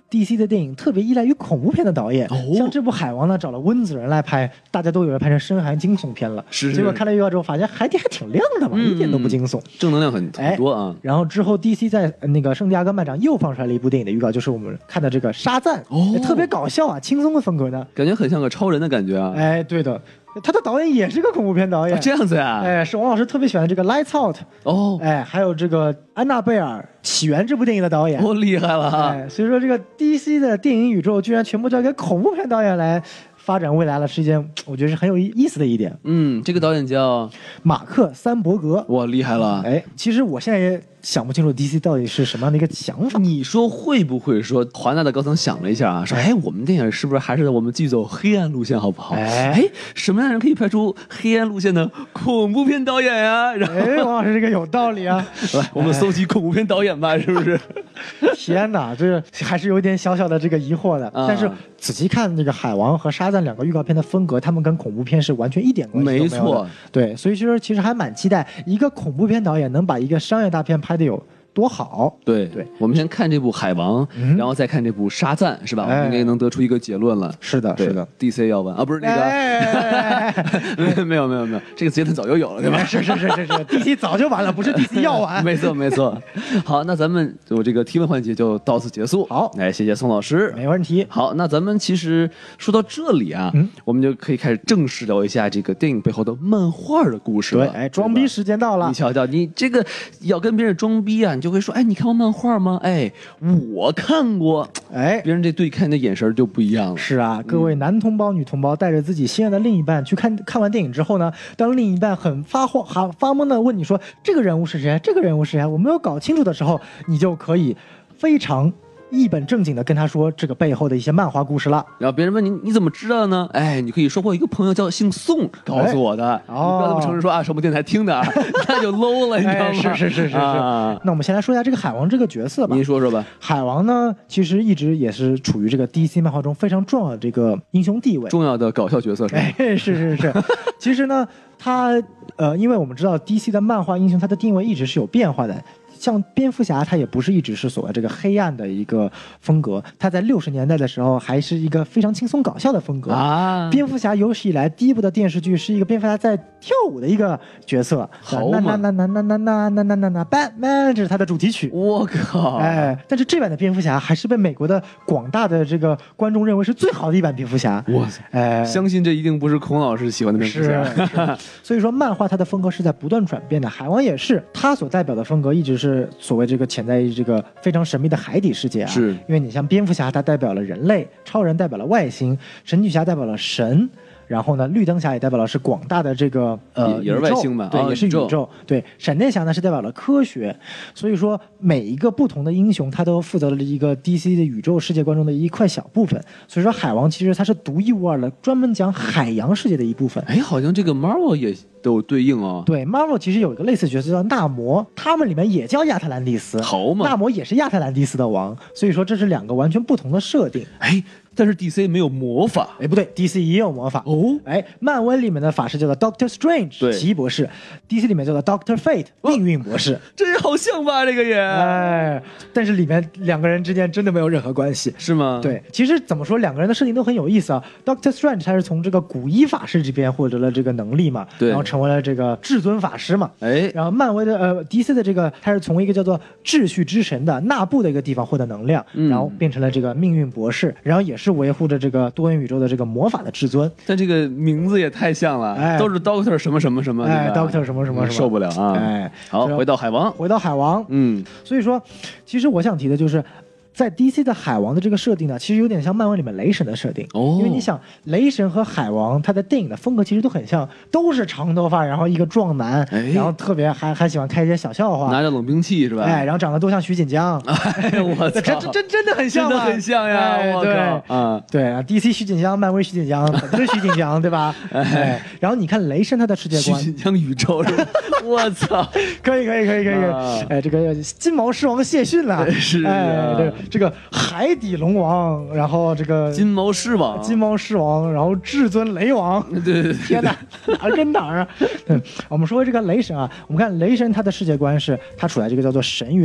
D C 的电影特别依赖于恐怖片的导演， 哦、 像这部《海王》呢，找了温子仁来拍，大家都以为拍成深寒惊悚片了， 是。 结果看了预告之后，发现海底还挺亮的嘛，嗯、一点都不惊悚， 正能量很很多啊。 然后之后 D C 在那个圣地亚哥漫展又放出来了一部电影的预告，就是我们看的这个《沙赞》， 哦， 特别搞笑啊，轻松的风格呢， 感觉很像个超人的感觉啊。 哎，对的。他的导演也是个恐怖片导演， 啊、这样子呀？ 哎，是王老师特别喜欢这个《Lights Out》 哦， 哎，还有这个《安娜贝尔起源》这部电影的导演， 哦，厉害了哈！ 哎，所以说这个 D C 的电影宇宙居然全部交给恐怖片导演来发展未来了，是一件我觉得是很有意思的一点。 嗯，这个导演叫马克·三伯格， 哇，厉害了！ 哎，其实我现在也想不清楚 D C 到底是什么样的一个想法。 你说会不会说华纳的高层想了一下啊，说哎，我们电影是不是还是我们继续走黑暗路线好不好？ 哎哎，什么样的人可以拍出黑暗路线的恐怖片导演呀、啊？然后哎，王老师这个有道理啊！ 来，我们搜集恐怖片导演吧，是不是？ 天哪，这个还是有点小小的这个疑惑的。啊、但是仔细看这个《海王》和《沙赞》两个预告片的风格，他们跟恐怖片是完全一点关系都没有的。 没错， 对，所以说其实还蛮期待一个恐怖片导演能把一个商业大片拍得有多好。 对对， 我们先看这部《海王》嗯，然后再看这部《沙赞》，是吧？哎、我们应该能得出一个结论了。 是的，是的 ，D C 要问啊，不是那个， 哎哎哎、 没有没有没有，这个结论早就有了，对吧？ 是是是是是 ，D C 早就完了，不是 D C 要完。 没错没错。好，那咱们就这个提问环节就到此结束。 好， 来谢谢宋老师， 没问题。 好，那咱们其实说到这里啊，嗯、我们就可以开始正式聊一下这个电影背后的漫画的故事了。 对，哎，装逼时间到了。 你瞧瞧，你这个要跟别人装逼啊，你就会说，哎，你看过漫画吗？哎，我看过。 哎， 别人这对看你的眼神就不一样了。 是啊，各位男同胞、嗯、女同胞，带着自己心爱的另一半去看看完电影之后呢，当另一半很发慌、哈发懵的问你说这个人物是谁？这个人物是谁？我没有搞清楚的时候，你就可以非常一本正经的跟他说这个背后的一些漫画故事了。 然后别人问你你怎么知道呢？哎，你可以说我一个朋友叫姓宋告诉我的。哎、 哦， 你不要这么承认说啊什么电台听的啊，那就 low 了，你知道吗？ 哎、是是是是是、啊。那我们先来说一下这个海王这个角色吧。 您说说吧。 海王呢，其实一直也是处于这个 D C 漫画中非常重要的这个英雄地位， 重要的搞笑角色是吧？ 哎，是是是。其实呢，他呃，因为我们知道 D C 的漫画英雄，他的定位一直是有变化的。像蝙蝠侠，他也不是一直是所谓这个黑暗的一个风格，他在六十年代的时候还是一个非常轻松搞笑的风格啊。蝙蝠侠有史以来第一部的电视剧是一个蝙蝠侠在跳舞的一个角色， 好嘛， 那那那那那那那那那那 Batman 这是他的主题曲。 我靠！ 哎，但是这版的蝙蝠侠还是被美国的广大的这个观众认为是最好的一版蝙蝠侠。 哇塞！ 哎， 相信这一定不是孔老师喜欢的蝙蝠侠。 是是所以说，漫画它的风格是在不断转变的。海王也是，他所代表的风格一直是。是所谓这个潜在于这个非常神秘的海底世界啊， 是因为你像蝙蝠侠，它代表了人类；超人代表了外星；神奇侠代表了神。然后呢，绿灯侠也代表了是广大的这个呃也是外星吧， 对， 哦、 也是宇宙。宇宙对，闪电侠呢是代表了科学。所以说，每一个不同的英雄，他都负责了一个 D C 的宇宙世界观中的一块小部分。所以说，海王其实它是独一无二的，专门讲海洋世界的一部分。 哎，好像这个 Marvel 也都有对应哦。 对 ，Marvel 其实有一个类似角色叫纳摩，他们里面也叫亚特兰蒂斯。 好嘛， 纳摩也是亚特兰蒂斯的王。所以说，这是两个完全不同的设定。 哎。但是 D C 没有魔法， 哎，不对 ，D C 也有魔法哦。 哎，漫威里面的法师叫做 Doctor Strange， 奇异博士 ；D C 里面叫做 Doctor Fate， 命运博士。 这也好像吧，这个也。 哎，但是里面两个人之间真的没有任何关系， 是吗？ 对，其实怎么说，两个人的设定都很有意思啊。Doctor Strange 他是从这个古一法师这边获得了这个能力嘛， 对， 然后成为了这个至尊法师嘛。 哎， 然后漫威的呃 D C 的这个他是从一个叫做秩序之神的纳布的一个地方获得能量， 嗯、 然后变成了这个命运博士，然后也是维护着这个。多元宇宙的这个魔法的至尊， 但这个名字也太像了， 哎、 都是 Doctor 什么什么什么， 哎 ，Doctor 什么什么什么， 受不了啊！ 哎， 好，回到海王， 回到海王， 嗯， 所以说，其实我想提的就是。在 D C 的海王的这个设定呢，其实有点像漫威里面雷神的设定， 哦， 因为你想，雷神和海王他的电影的风格其实都很像，都是长头发，然后一个壮男， 哎、 然后特别还还喜欢开一些小笑话， 拿着冷兵器是吧？ 哎，然后长得都像徐锦江， 哎，我操， 真真真的很像， 真的很像呀！ 哎、 我对啊， 对啊 ，D C 徐锦江，漫威徐锦江，本是徐锦江，对吧？哎，然后你看雷神他的世界观， 徐锦江宇宙是吧？我操， 可以可以可以可以，啊、哎，这个金毛狮王谢逊了， 是、啊， 哎，这这个海。海底龙王，然后这个金毛狮王， 金毛狮王，然后至尊雷王， 对对对， 天哪，哪儿跟哪儿啊？对，我们说这个雷神啊，我们看雷神他的世界观是，他处在这个叫做神与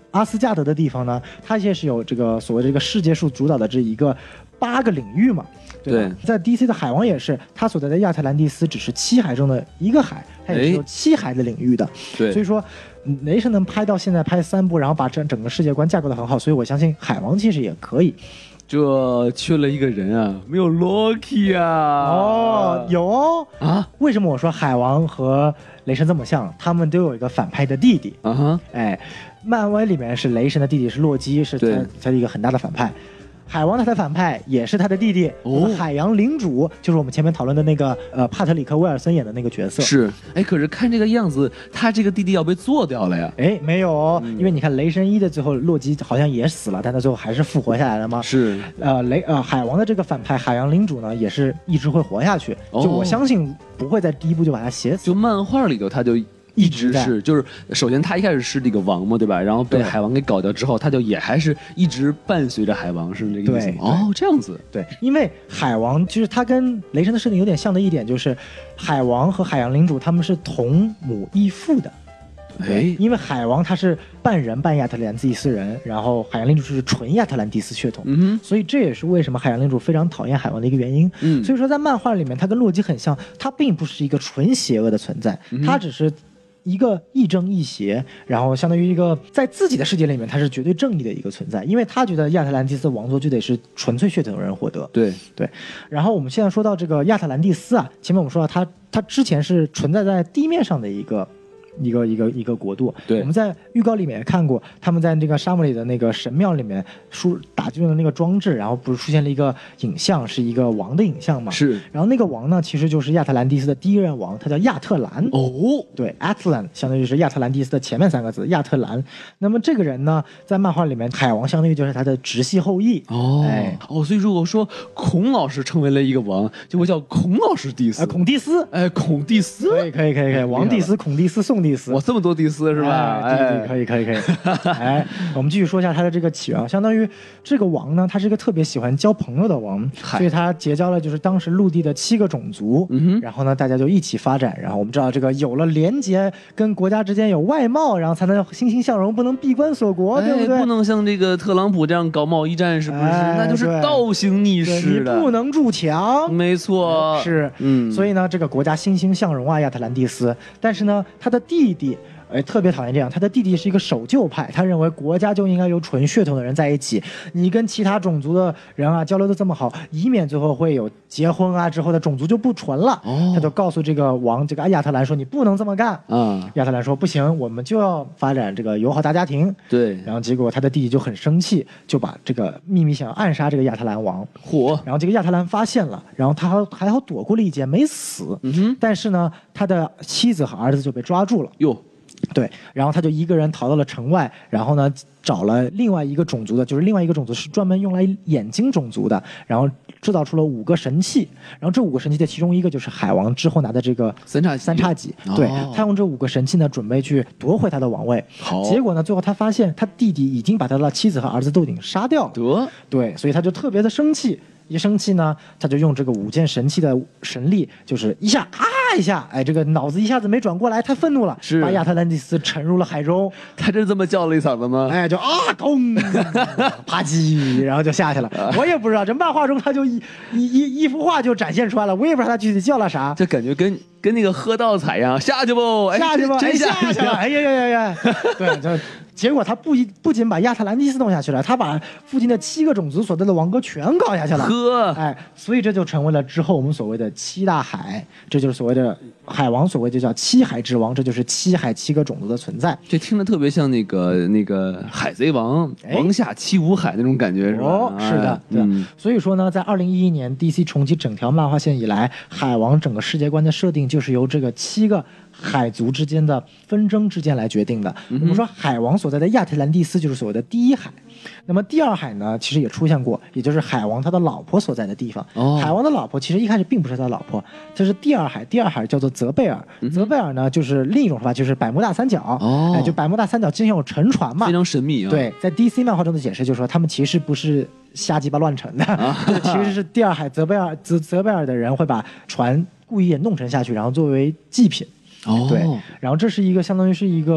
阿斯加德的地方呢，它也是有这个所谓这个世界树主导的这一个八个领域嘛。对吧， 对在 D C 的海王也是，它所在的亚特兰蒂斯只是七海中的一个海，它也是有七海的领域的。 对， 所以说雷神能拍到现在拍三部，然后把这整个世界观架构的很好，所以我相信海王其实也可以。 这缺了一个人啊，没有 Loki 啊。 哦，有哦啊？ 为什么我说海王和雷神这么像？他们都有一个反派的弟弟。 啊哈， 哎，漫威里面是雷神的弟弟是洛基，是他他一个很大的反派。海王他的反派也是他的弟弟，哦、海洋领主就是我们前面讨论的那个呃帕特里克威尔森演的那个角色。 是，哎，可是看这个样子，他这个弟弟要被做掉了呀？ 哎，没有，嗯、因为你看雷神一的最后洛基好像也死了，但他最后还是复活下来了吗？ 是， 呃雷呃海王的这个反派海洋领主呢，也是一直会活下去，哦、就我相信不会在第一部就把他写死。 就漫画里头他就。一直是，就是首先他一开始是这个王嘛，对吧？然后被海王给搞掉之后，他就也还是一直伴随着海王，是这个意思吗？哦，这样子。 对，因为海王就是他跟雷神的设定有点像的一点，就是海王和海洋领主他们是同母异父的。 哎， 因为海王他是半人半亚特兰蒂斯人，然后海洋领主是纯亚特兰蒂斯血统， 嗯哼， 所以这也是为什么海洋领主非常讨厌海王的一个原因。 嗯， 所以说在漫画里面，他跟洛基很像，他并不是一个纯邪恶的存在， 嗯、 他只是。一个亦正亦邪，然后相当于一个在自己的世界里面，他是绝对正义的一个存在，因为他觉得亚特兰蒂斯王座就得是纯粹血统的人获得。 对对。然后我们现在说到这个亚特兰蒂斯啊，前面我们说到他，他之前是存在在地面上的一个。一个一个一个国度， 对， 我们在预告里面也看过，他们在这个沙漠里的那个神庙里面输打进了那个装置，然后不是出现了一个影像，是一个王的影像嘛？ 是。 然后那个王呢，其实就是亚特兰蒂斯的第一任王，他叫亚特兰。 哦， 对 ，Atlan 相当于是亚特兰蒂斯的前面三个字，亚特兰。那么这个人呢，在漫画里面，海王相当于就是他的直系后裔。 哦， 哎， 哦，所以如果说孔老师成为了一个王，就会叫孔老师蒂斯， 呃，孔蒂斯， 哎，孔蒂斯， 可以可以可以可以，王蒂斯、孔蒂斯、宋蒂斯， 哇，这么多蒂斯是吧？ 哎，对对，可以可以可以。哎，我们继续说一下他的这个起源，相当于这个王呢，他是一个特别喜欢交朋友的王，所以他结交了就是当时陆地的七个种族， 嗯哼， 然后呢，大家就一起发展。然后我们知道这个有了连结，跟国家之间有外贸，然后才能欣欣向荣，不能闭关锁国， 哎、 对不对？ 不能像这个特朗普这样搞贸易战，是不是？ 哎、 那就是倒行逆施的。 你不能筑墙， 没错， 是， 嗯， 所以呢，这个国家欣欣向荣啊，亚特兰蒂斯。但是呢，他的弟弟。哎，特别讨厌这样。他的弟弟是一个守旧派，他认为国家就应该由纯血统的人在一起。你跟其他种族的人啊交流的这么好，以免最后会有结婚啊之后的种族就不纯了。 哦， 他就告诉这个王，这个亚特兰说：“你不能这么干。” 嗯， 亚特兰说：“不行，我们就要发展这个友好大家庭。” 对。 然后结果他的弟弟就很生气，就把这个秘密想要暗杀这个亚特兰王。 嚯！ 然后这个亚特兰发现了，然后他还还好躲过了一劫，没死。 嗯哼。 但是呢，他的妻子和儿子就被抓住了。 哟。 对，然后他就一个人逃到了城外，然后呢找了另外一个种族的，就是另外一个种族是专门用来眼睛种族的，然后制造出了五个神器，然后这五个神器的其中一个就是海王之后拿的这个三叉戟， 三叉戟，对、哦、他用这五个神器呢准备去夺回他的王位， 好， 结果呢最后他发现他弟弟已经把他的妻子和儿子都已经杀掉了， 得，对， 所以他就特别的生气。一生气呢，他就用这个五件神器的神力，就是一下啊一下，哎，这个脑子一下子没转过来，太愤怒了， 是把亚特兰蒂斯沉入了海中。 他真这么叫了一嗓子吗？ 哎，就啊咚，啪叽，然后就下去了。我也不知道，这漫画中他就一一一一幅画就展现出来了，我也不知道他具体叫了啥。 这感觉跟跟那个喝倒彩一样，下去不？ 下去不？ 真下去了！哎呀呀呀呀！对，就。结果他不一不仅把亚特兰蒂斯弄下去了，他把附近的七个种族所在的王国全搞下去了。 呵， 哎，所以这就成为了之后我们所谓的七大海，这就是所谓的海王，所谓就叫七海之王，这就是七海七个种族的存在。 这听着特别像那个那个海贼王，王下七武海那种感觉，是吧？ 哦，是的，对、嗯。所以说呢，在二零一一年 D C 重启整条漫画线以来，海王整个世界观的设定就是由这个七个海族之间的纷争之间来决定的。 嗯、 我们说海王所在的亚特兰蒂斯就是所谓的第一海，那么第二海呢，其实也出现过，也就是海王他的老婆所在的地方。 哦、 海王的老婆其实一开始并不是他的老婆，这是第二海，第二海叫做泽贝尔。 嗯、 泽贝尔呢，就是另一种说法，就是百慕大三角。 哦， 哎，就百慕大三角之前有沉船嘛， 非常神秘啊。 对，在 D C 漫画中的解释就是说，他们其实不是瞎鸡巴乱沉的，啊、其实是第二海泽贝尔泽泽贝尔的人会把船故意也弄沉下去，然后作为祭品。 哦， 对，然后这是一个相当于是一个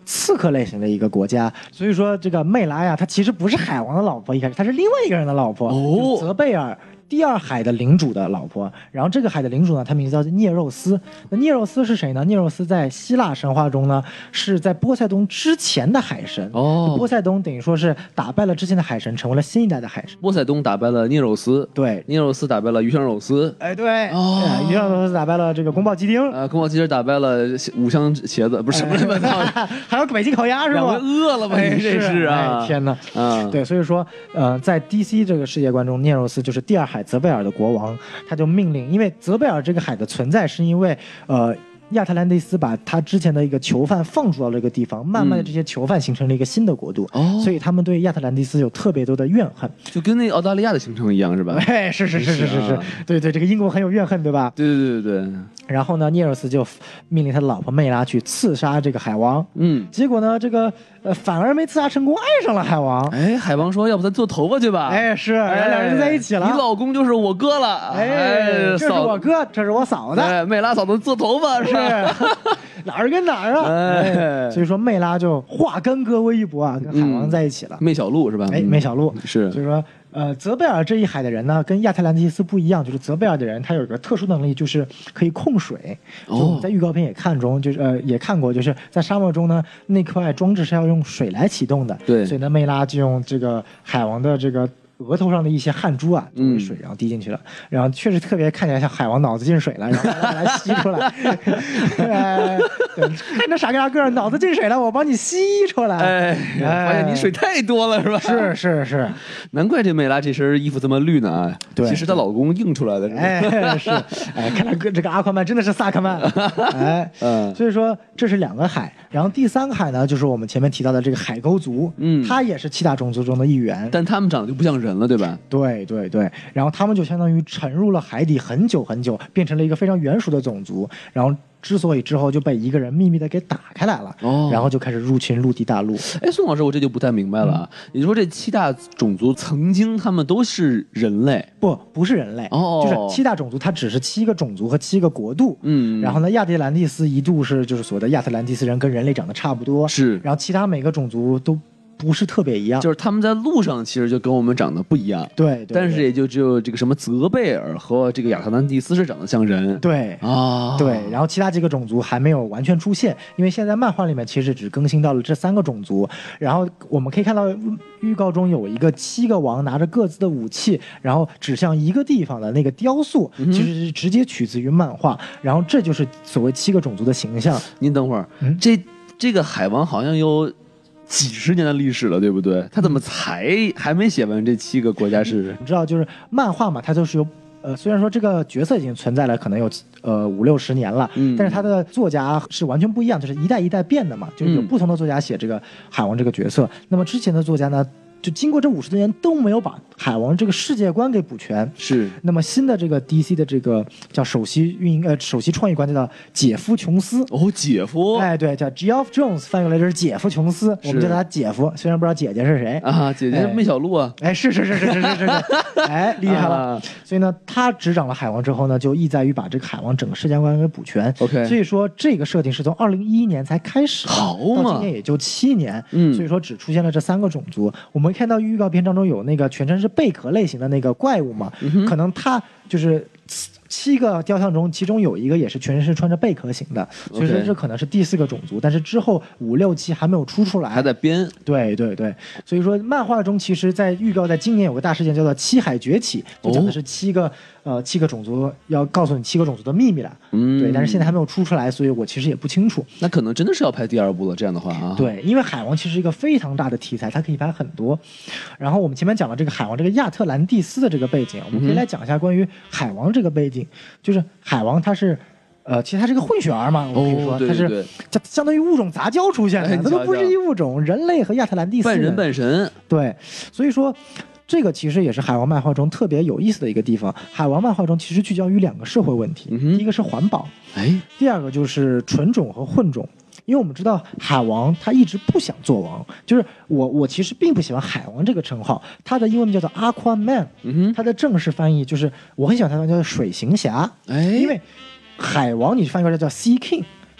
刺客类型的一个国家，所以说这个魅拉呀，她其实不是海王的老婆，一开始她是另外一个人的老婆， 哦， 泽贝尔。第二海的领主的老婆，然后这个海的领主呢，他名字叫涅肉斯。那涅肉斯是谁呢？涅肉斯在希腊神话中呢，是在波塞冬之前的海神。 哦， 波塞冬等于说是打败了之前的海神，成为了新一代的海神。 波塞冬打败了涅肉斯， 对， 涅肉斯打败了鱼香肉丝， 哎，对， 哦， 鱼香肉丝打败了这个宫保鸡丁， 呃，宫保鸡丁打败了五香茄子，不是什么什么的， 还有北京烤鸭是吧？ 饿了吧？你这是啊！ 哎、天哪， 啊， 对，所以说，呃，在 D C 这个世界观中，涅肉斯就是第二海泽贝尔的国王。他就命令，因为泽贝尔这个海的存在，是因为呃亚特兰蒂斯把他之前的一个囚犯放逐到了这个地方，慢慢的这些囚犯形成了一个新的国度， 哦， 所以他们对亚特兰蒂斯有特别多的怨恨， 就跟那澳大利亚的形成一样，是吧？ 哎，是是是是是是，对对，这个英国很有怨恨，对吧？ 对对对对对。 然后呢，涅尔斯就命令他的老婆魅拉去刺杀这个海王， 嗯， 结果呢，这个呃反而没刺杀成功，爱上了海王。 哎，海王说：“要不咱做头发去吧？” 哎，是，哎、两人就在一起了。 你老公就是我哥了。 哎，哎这是我哥，这是我嫂子。 哎，魅拉嫂子做头发是吧？ 哪儿跟哪儿啊？哎，所以说魅拉就化干戈为玉帛啊，跟海王在一起了。 媚小鹿是吧？ 哎，媚小鹿是。 所以说。呃，泽贝尔这一海的人呢，跟亚特兰蒂斯不一样，就是泽贝尔的人他有一个特殊能力，就是可以控水。哦，就我们在预告片也看中，就是呃也看过，就是在沙漠中呢，那块装置是要用水来启动的。 对， 所以呢，魅拉就用这个海王的这个额头上的一些汗珠啊作为水，然后滴进去了，嗯、然后确实特别看起来像海王脑子进水了，然后把它吸出来。呃、看着傻个个脑子进水了，我帮你吸出来。 哎，发现你水太多了是吧？ 是是是， 难怪这魅拉这身衣服这么绿呢啊！ 对， 其实她老公硬出来的是吧？ 哎，是，哎，看来这个阿宽曼真的是萨克曼。哎，嗯，所以说这是两个海，然后第三个海呢，就是我们前面提到的这个海沟族，嗯，它也是七大种族中的一员， 但他们长得就不像人了，对吧？ 对对对，然后他们就相当于沉入了海底很久很久，变成了一个非常原始的种族，然后之所以之后就被一个人秘密的给打开来了，哦，然后就开始入侵陆地大陆。 哎，宋老师，我这就不太明白了，嗯、也就是说这七大种族曾经他们都是人类？ 不，不是人类，哦，就是七大种族，它只是七个种族和七个国度。嗯，然后呢，亚特兰蒂斯一度是就是所谓的亚特兰蒂斯人跟人类长得差不多， 是， 然后其他每个种族都不是特别一样， 就是他们在路上其实就跟我们长得不一样， 对，对对， 但是也就只有这个什么泽贝尔和这个亚特兰蒂斯是长得像人， 对啊， 对，然后其他几个种族还没有完全出现，因为现在漫画里面其实只更新到了这三个种族，然后我们可以看到预告中有一个七个王拿着各自的武器，然后指向一个地方的那个雕塑，嗯、其实是直接取自于漫画，然后这就是所谓七个种族的形象。 您等会儿，嗯、这这个海王好像有几十年的历史了，对不对？他怎么才还没写完这七个国家是？ 你知道，就是漫画嘛，它就是有呃，虽然说这个角色已经存在了，可能有呃五六十年了，嗯，但是他的作家是完全不一样，就是一代一代变的嘛，就是有不同的作家写这个海王这个角色。嗯、那么之前的作家呢？就经过这五十多年都没有把海王这个世界观给补全， 是。 那么新的这个 D C 的这个叫首席运营呃首席创意官叫姐夫琼斯哦，姐夫， 哎对，叫 Geoff Jones， 翻译过来就是姐夫琼斯，我们叫他姐夫，虽然不知道姐姐是谁啊，姐姐是媚小鹿啊， 哎是是是是是是是，哎厉害了，啊、所以呢，他执掌了海王之后呢，就意在于把这个海王整个世界观给补全。 OK， 所以说这个设定是从二零一一年才开始的， 好嘛， 到今年也就七年，嗯，所以说只出现了这三个种族，我们看到预告片当中有那个全身是贝壳类型的那个怪物嘛，嗯、可能它就是七个雕像中，其中有一个也是全身是穿着贝壳型的，所以说这可能是第四个种族，但是之后五六七还没有出出来， 还在编。 对对对，所以说漫画中其实在预告在今年有个大事件叫做七海崛起，就讲的是七个、哦、呃七个种族要告诉你七个种族的秘密了。嗯，对，但是现在还没有出出来，所以我其实也不清楚。 那可能真的是要拍第二部了，这样的话啊。 对，因为海王其实是一个非常大的题材，它可以拍很多。然后我们前面讲了这个海王这个亚特兰蒂斯的这个背景，我们可以来讲一下关于海王这个背景。就是海王他是，呃，其实他是个混血儿嘛，我可以说、 哦、对对对， 他是相当于物种杂交出现的， 哎、 他都不是一物种，人类和亚特兰蒂斯半人半神。 对，所以说这个其实也是海王漫画中特别有意思的一个地方。海王漫画中其实聚焦于两个社会问题，嗯、第一个是环保， 哎， 第二个就是纯种和混种。因为我们知道海王他一直不想做王，就是我我其实并不喜欢海王这个称号，他的英文名叫做 Aquaman， 嗯，他的正式翻译就是我很喜欢他叫做水行侠，哎，因为海王你翻译过来叫 Sea King，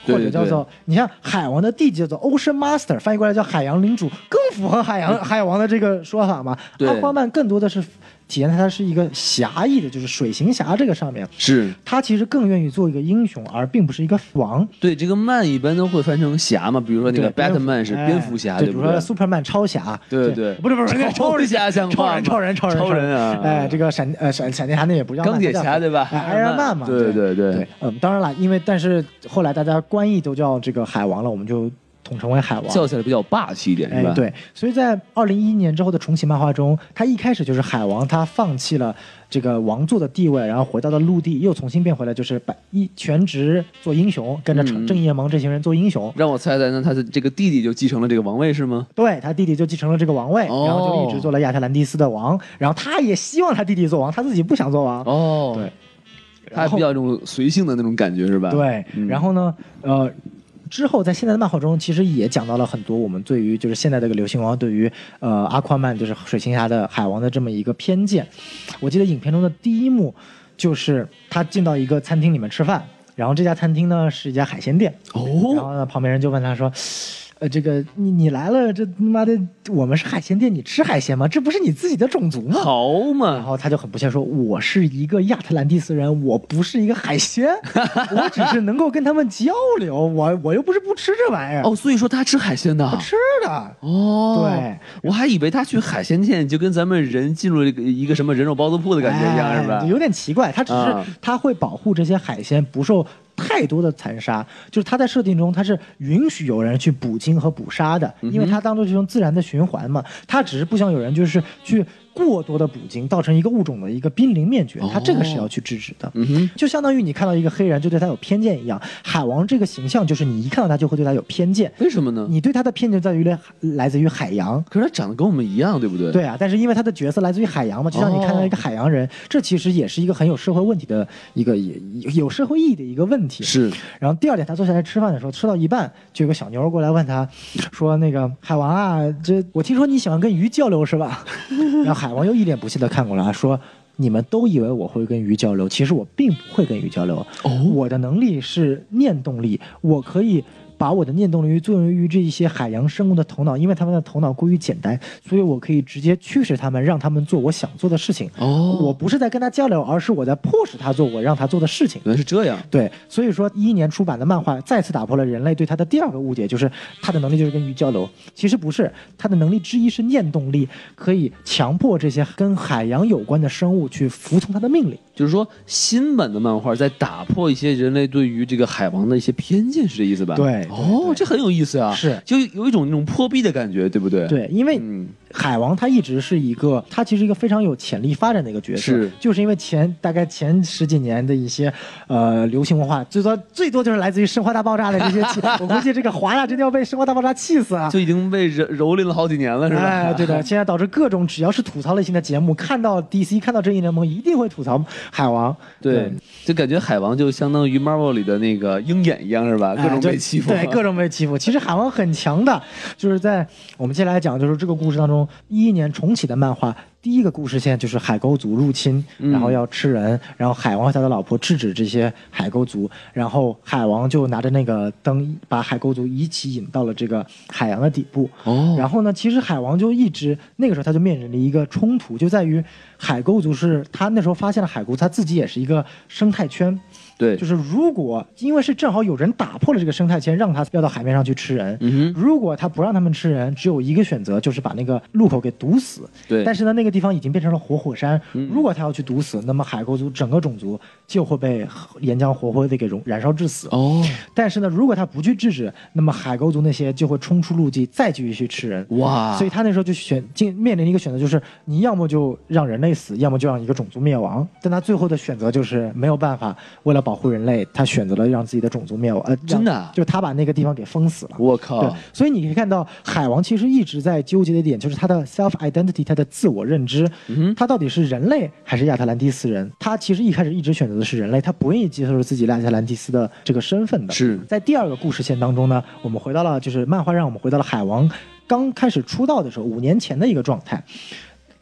或者叫做你像海王的弟弟叫做 Ocean Master， 翻译过来叫海洋领主，更符合海洋海王的这个说法嘛。阿夸曼更多的是体现它是一个侠义的，就是水行侠这个上面， 是他其实更愿意做一个英雄，而并不是一个王。 对，这个曼一般都会翻成侠嘛，比如说那个 Batman 是蝙蝠侠， 对， 对比如说 Superman 超侠， 对对， 不是不是超人侠像超人超人超人超人啊， 哎，这个闪呃闪闪电侠那也不叫钢铁侠对吧？ 艾尔曼嘛， 对对对对，嗯，当然了，因为但是后来大家官译都叫这个海王了，我们就统称为海王， 叫起来比较霸气一点，是吧？ 哎、对，所以在二零一一年之后的重启漫画中，他一开始就是海王，他放弃了这个王座的地位，然后回到了陆地，又重新变回来，就是把一全职做英雄，跟着正义联盟这些人做英雄。 嗯、让我猜猜，那他的这个弟弟就继承了这个王位是吗？ 对，他弟弟就继承了这个王位， 哦、 然后就一直做了亚特兰蒂斯的王，然后他也希望他弟弟做王，他自己不想做王。 哦， 对， 他比较这种随性的那种感觉是吧？ 对， 嗯、 然后呢，呃。之后，在现在的漫画中，其实也讲到了很多我们对于就是现在这个流星王对于呃阿夸曼就是水行侠的海王的这么一个偏见。我记得影片中的第一幕就是他进到一个餐厅里面吃饭，然后这家餐厅呢是一家海鲜店， 哦， 然后呢旁边人就问他说。呃，这个你你来了，这他妈的，我们是海鲜店，你吃海鲜吗？这不是你自己的种族吗？ 好嘛！ 然后他就很不屑说：“我是一个亚特兰蒂斯人，我不是一个海鲜，我只是能够跟他们交流，我我又不是不吃这玩意儿。” 哦，所以说他吃海鲜的， 他吃的。 哦， 对， 我还以为他去海鲜店就跟咱们人进入一个一个什么人肉包子铺的感觉一样， 哎、 是吧？ 有点奇怪，他只是、 啊、 他会保护这些海鲜不受太多的残杀，就是他在设定中他是允许有人去捕鲸和捕杀的，因为他当做这种自然的循环嘛，他只是不想有人就是去过多的捕鲸，造成一个物种的一个濒临灭绝，他这个是要去制止的。 嗯哼， 就相当于你看到一个黑人就对他有偏见一样，海王这个形象就是你一看到他就会对他有偏见。 为什么呢？ 你对他的偏见在于来来自于海洋， 可是他长得跟我们一样，对不对？ 对啊，但是因为他的角色来自于海洋嘛，就像你看到一个海洋人，哦、这其实也是一个很有社会问题的一个也有社会意义的一个问题。 是。 然后第二点，他坐下来吃饭的时候，吃到一半，就有个小妞过来问他，说：“那个海王啊，这我听说你喜欢跟鱼交流是吧？”然后海王又一脸不屑地看过来说：“你们都以为我会跟鱼交流，其实我并不会跟鱼交流。 哦， 我的能力是念动力，我可以。”把我的念动力作用于这一些海洋生物的头脑，因为他们的头脑过于简单，所以我可以直接驱使他们，让他们做我想做的事情。 哦， 我不是在跟他交流，而是我在迫使他做我让他做的事情。 原来是这样。 对，所以说一一年出版的漫画再次打破了人类对他的第二个误解，就是他的能力就是跟鱼交流。其实不是，他的能力之一是念动力，可以强迫这些跟海洋有关的生物去服从他的命令。 就是说，新版的漫画在打破一些人类对于这个海王的一些偏见，是这意思吧？ 对， 哦，这很有意思啊， 是， 就有一种那种破壁的感觉，对不对？ 对，因为嗯。 海王他一直是一个，他其实一个非常有潜力发展的一个角色， 是， 就是因为前大概前十几年的一些呃流行文化，最多最多就是来自于《生活大爆炸》的这些气，我估计这个华纳真的要被《生活大爆炸》气死啊， 就已经被蹂蹂躏了好几年了，是吧？ 哎，对的，现在导致各种只要是吐槽类型的节目，看到 D C 看到正义联盟一定会吐槽海王， 对， 对就感觉海王就相当于 Marvel 里的那个鹰眼一样，是吧？各种被欺负， 哎、对，各种被欺负。其实海王很强的，就是在我们接下来讲，就是这个故事当中，一一年重启的漫画，第一个故事线就是海沟族入侵，然后要吃人，嗯、然后海王和他的老婆制止这些海沟族，然后海王就拿着那个灯把海沟族一起引到了这个海洋的底部。 哦， 然后呢，其实海王就一直那个时候他就面临了一个冲突，就在于海沟族是他那时候发现了海沟，他自己也是一个生态圈。 对， 就是如果因为是正好有人打破了这个生态圈，让他要到海面上去吃人。 嗯哼， 如果他不让他们吃人，只有一个选择，就是把那个路口给堵死。 对， 但是呢，那个地方已经变成了活火山。 嗯、 如果他要去堵死，那么海沟族整个种族就会被岩浆活活的给燃烧致死。 哦， 但是呢，如果他不去制止，那么海沟族那些就会冲出陆地，再继续去吃人。 哇！ 所以他那时候就选进面临一个选择，就是你要么就让人类死，要么就让一个种族灭亡。但他最后的选择就是没有办法，为了保护人类，他选择了让自己的种族灭亡。呃， 真的、啊， 就是他把那个地方给封死了。 我靠！ 对，所以你可以看到海王其实一直在纠结的一点，就是他的 self identity， 他的自我认知， 嗯、 他到底是人类还是亚特兰蒂斯人？他其实一开始一直选择的是人类，他不愿意接受自己亚特兰蒂斯的这个身份的。 是在第二个故事线当中呢，我们回到了就是漫画让我们回到了海王刚开始出道的时候，五年前的一个状态。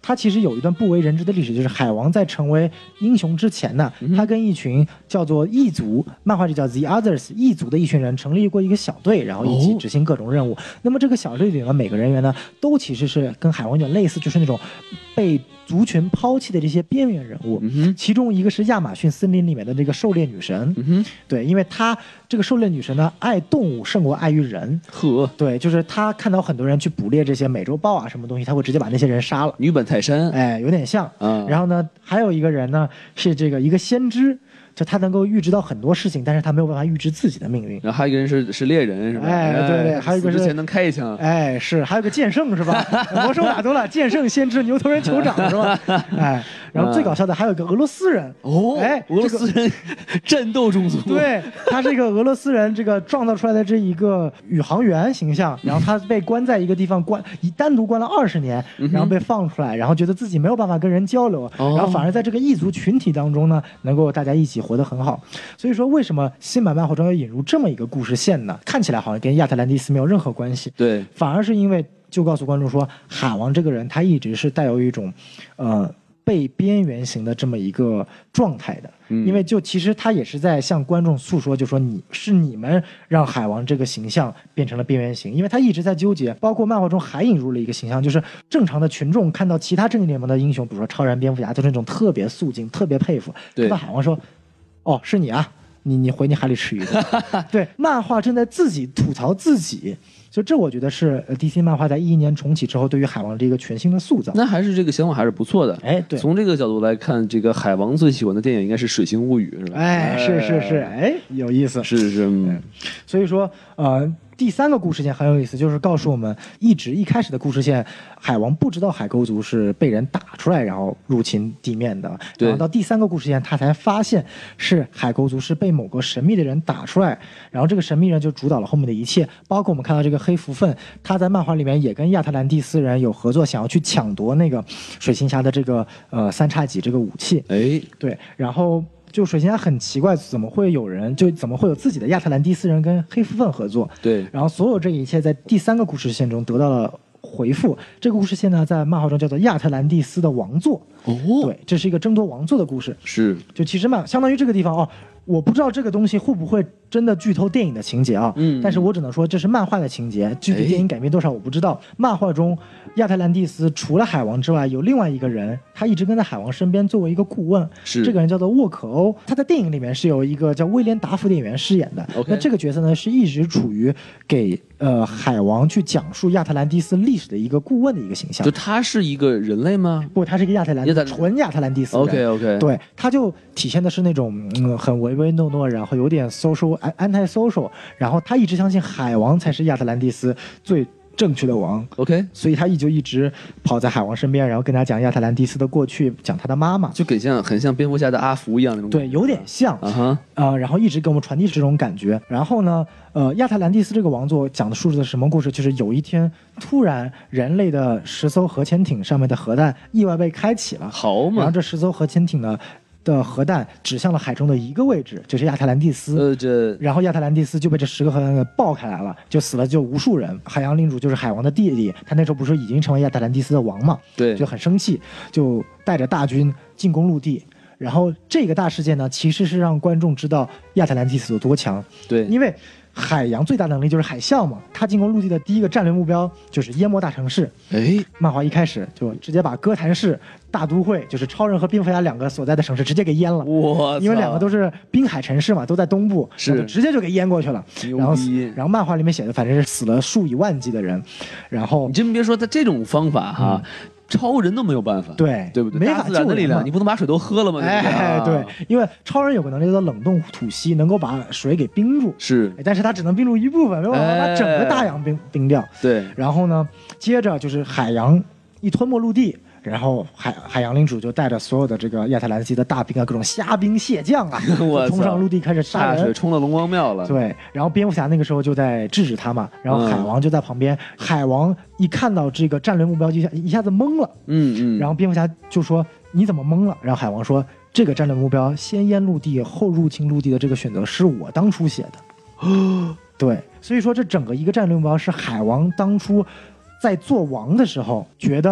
他其实有一段不为人知的历史，就是海王在成为英雄之前呢， 嗯、 他跟一群叫做异族，漫画里叫 The Others 异族的一群人成立过一个小队，然后一起执行各种任务。哦、那么这个小队里的每个人员呢，都其实是跟海王有点类似，就是那种被族群抛弃的这些边缘人物。 嗯、 其中一个是亚马逊森林里面的这个狩猎女神。 嗯、 对，因为她这个狩猎女神呢，爱动物胜过爱于人。 呵， 对，就是她看到很多人去捕猎这些美洲豹啊什么东西，她会直接把那些人杀了。 女本泰山， 哎，有点像。 嗯， 然后呢，还有一个人呢是这个一个先知。就他能够预知到很多事情，但是他没有办法预知自己的命运。 然后还有一个人是是猎人，是吧？ 哎，对对，还有一个是之前能开一枪。 哎，是，还有个剑圣，是吧？魔兽打多了，剑圣、先知、牛头人酋长，是吧？哎，然后最搞笑的还有一个俄罗斯人。 哦， 哎， 俄罗斯人战斗种族。 对，他是一个俄罗斯人，这个创造出来的这一个宇航员形象，然后他被关在一个地方关，以单独关了二十年，然后被放出来，然后觉得自己没有办法跟人交流， 哦、 然后反而在这个异族群体当中呢，能够大家一起活得很好。所以说，为什么新版漫画中要引入这么一个故事线呢？看起来好像跟亚特兰蒂斯没有任何关系， 对， 反而是因为就告诉观众说，海王这个人他一直是带有一种，呃。被边缘型的这么一个状态的， 嗯、 因为就其实他也是在向观众诉说，就说你是你们让海王这个形象变成了边缘型，因为他一直在纠结，包括漫画中还引入了一个形象，就是正常的群众看到其他正义联盟的英雄，比如说超人、蝙蝠侠，就是那种特别肃静、特别佩服， 对， 他海王说：“哦，是你啊，你你回你海里吃鱼去。”对，漫画正在自己吐槽自己。所以这我觉得是 D C 漫画在一一年重启之后对于海王这个全新的塑造。 那还是这个想法还是不错的。 哎，对， 从这个角度来看，这个海王最喜欢的电影应该是《水形物语》，是吧？ 哎，是是是，哎，有意思。 是是，嗯。 所以说，呃。第三个故事线很有意思，就是告诉我们，一直一开始的故事线，海王不知道海沟族是被人打出来，然后入侵地面的。然后到第三个故事线，他才发现是海沟族是被某个神秘的人打出来，然后这个神秘人就主导了后面的一切，包括我们看到这个黑蝠鲼，他在漫画里面也跟亚特兰蒂斯人有合作，想要去抢夺那个水行侠的这个呃三叉戟这个武器。 哎， 对，然后。就水行侠很奇怪，怎么会有人就怎么会有自己的亚特兰蒂斯人跟黑蝠鲼合作？ 对， 然后所有这一切在第三个故事线中得到了回复。这个故事线呢，在漫画中叫做亚特兰蒂斯的王座。 哦， 对，这是一个争夺王座的故事。 是， 就其实嘛，相当于这个地方哦，我不知道这个东西会不会真的剧透电影的情节啊， 嗯， 但是我只能说这是漫画的情节，具体电影改编多少我不知道。漫画中亚特兰蒂斯除了海王之外，有另外一个人，他一直跟在海王身边作为一个顾问， 是这个人叫做沃可欧，他在电影里面是由一个叫威廉达福的演员饰演的。 Okay. 那这个角色呢，是一直处于给呃海王去讲述亚特兰蒂斯历史的一个顾问的一个形象。 就他是一个人类吗？ 不，他是一个亚特兰蒂斯，纯亚特兰蒂斯人。 OK OK， 对，他就体现的是那种嗯很唯唯诺诺，然后有点 social anti social， 然后他一直相信海王才是亚特兰蒂斯最正确的王。 OK， 所以他一就一直跑在海王身边，然后跟他讲亚特兰蒂斯的过去，讲他的妈妈， 就很像很像蝙蝠侠的阿福一样那种感觉。 对，有点像啊哈、uh-huh. 呃，然后一直给我们传递这种感觉。然后呢，呃，亚特兰蒂斯这个王座讲的述的是什么故事？就是有一天突然人类的十艘核潜艇上面的核弹意外被开启了， 好嘛， 然后这十艘核潜艇呢的核弹指向了海中的一个位置，就是亚特兰蒂斯。 呃，这然后亚特兰蒂斯就被这十个核弹给爆开来了，就死了就无数人。海洋领主就是海王的弟弟，他那时候不是已经成为亚特兰蒂斯的王嘛？ 对， 就很生气，就带着大军进攻陆地。然后这个大事件呢，其实是让观众知道亚特兰蒂斯有多强。 对， 因为海洋最大能力就是海啸嘛，他进攻陆地的第一个战略目标就是淹没大城市。 哎， 漫画一开始就直接把哥谭市大都会，就是超人和蝙蝠侠两个所在的城市直接给淹了。 哇， 因为两个都是滨海城市嘛，都在东部， 是直接就给淹过去了。然后，然后漫画里面写的反正是死了数以万计的人。然后你真别说，他这种方法哈。嗯，超人都没有办法， 对对不对？ 没法救的力量，你不能把水都喝了吗？ 哎，对，因为超人有个能力叫冷冻吐息，能够把水给冰住， 是， 但是他只能冰住一部分，没有办法把整个大洋冰冰掉。 对， 然后呢，接着就是海洋一吞没陆地。然后海海洋领主就带着所有的这个亚特兰蒂斯的大兵啊，各种虾兵蟹将啊，冲上陆地开始杀人， 大水冲了龙王庙了。 对，然后蝙蝠侠那个时候就在制止他嘛，然后海王就在旁边。嗯、海王一看到这个战略目标，就一下一下子懵了。 嗯嗯。 然后蝙蝠侠就说：“你怎么懵了？”然后海王说：“这个战略目标先淹陆地后入侵陆地的这个选择是我当初写的。”对，所以说这整个一个战略目标是海王当初在做王的时候觉得。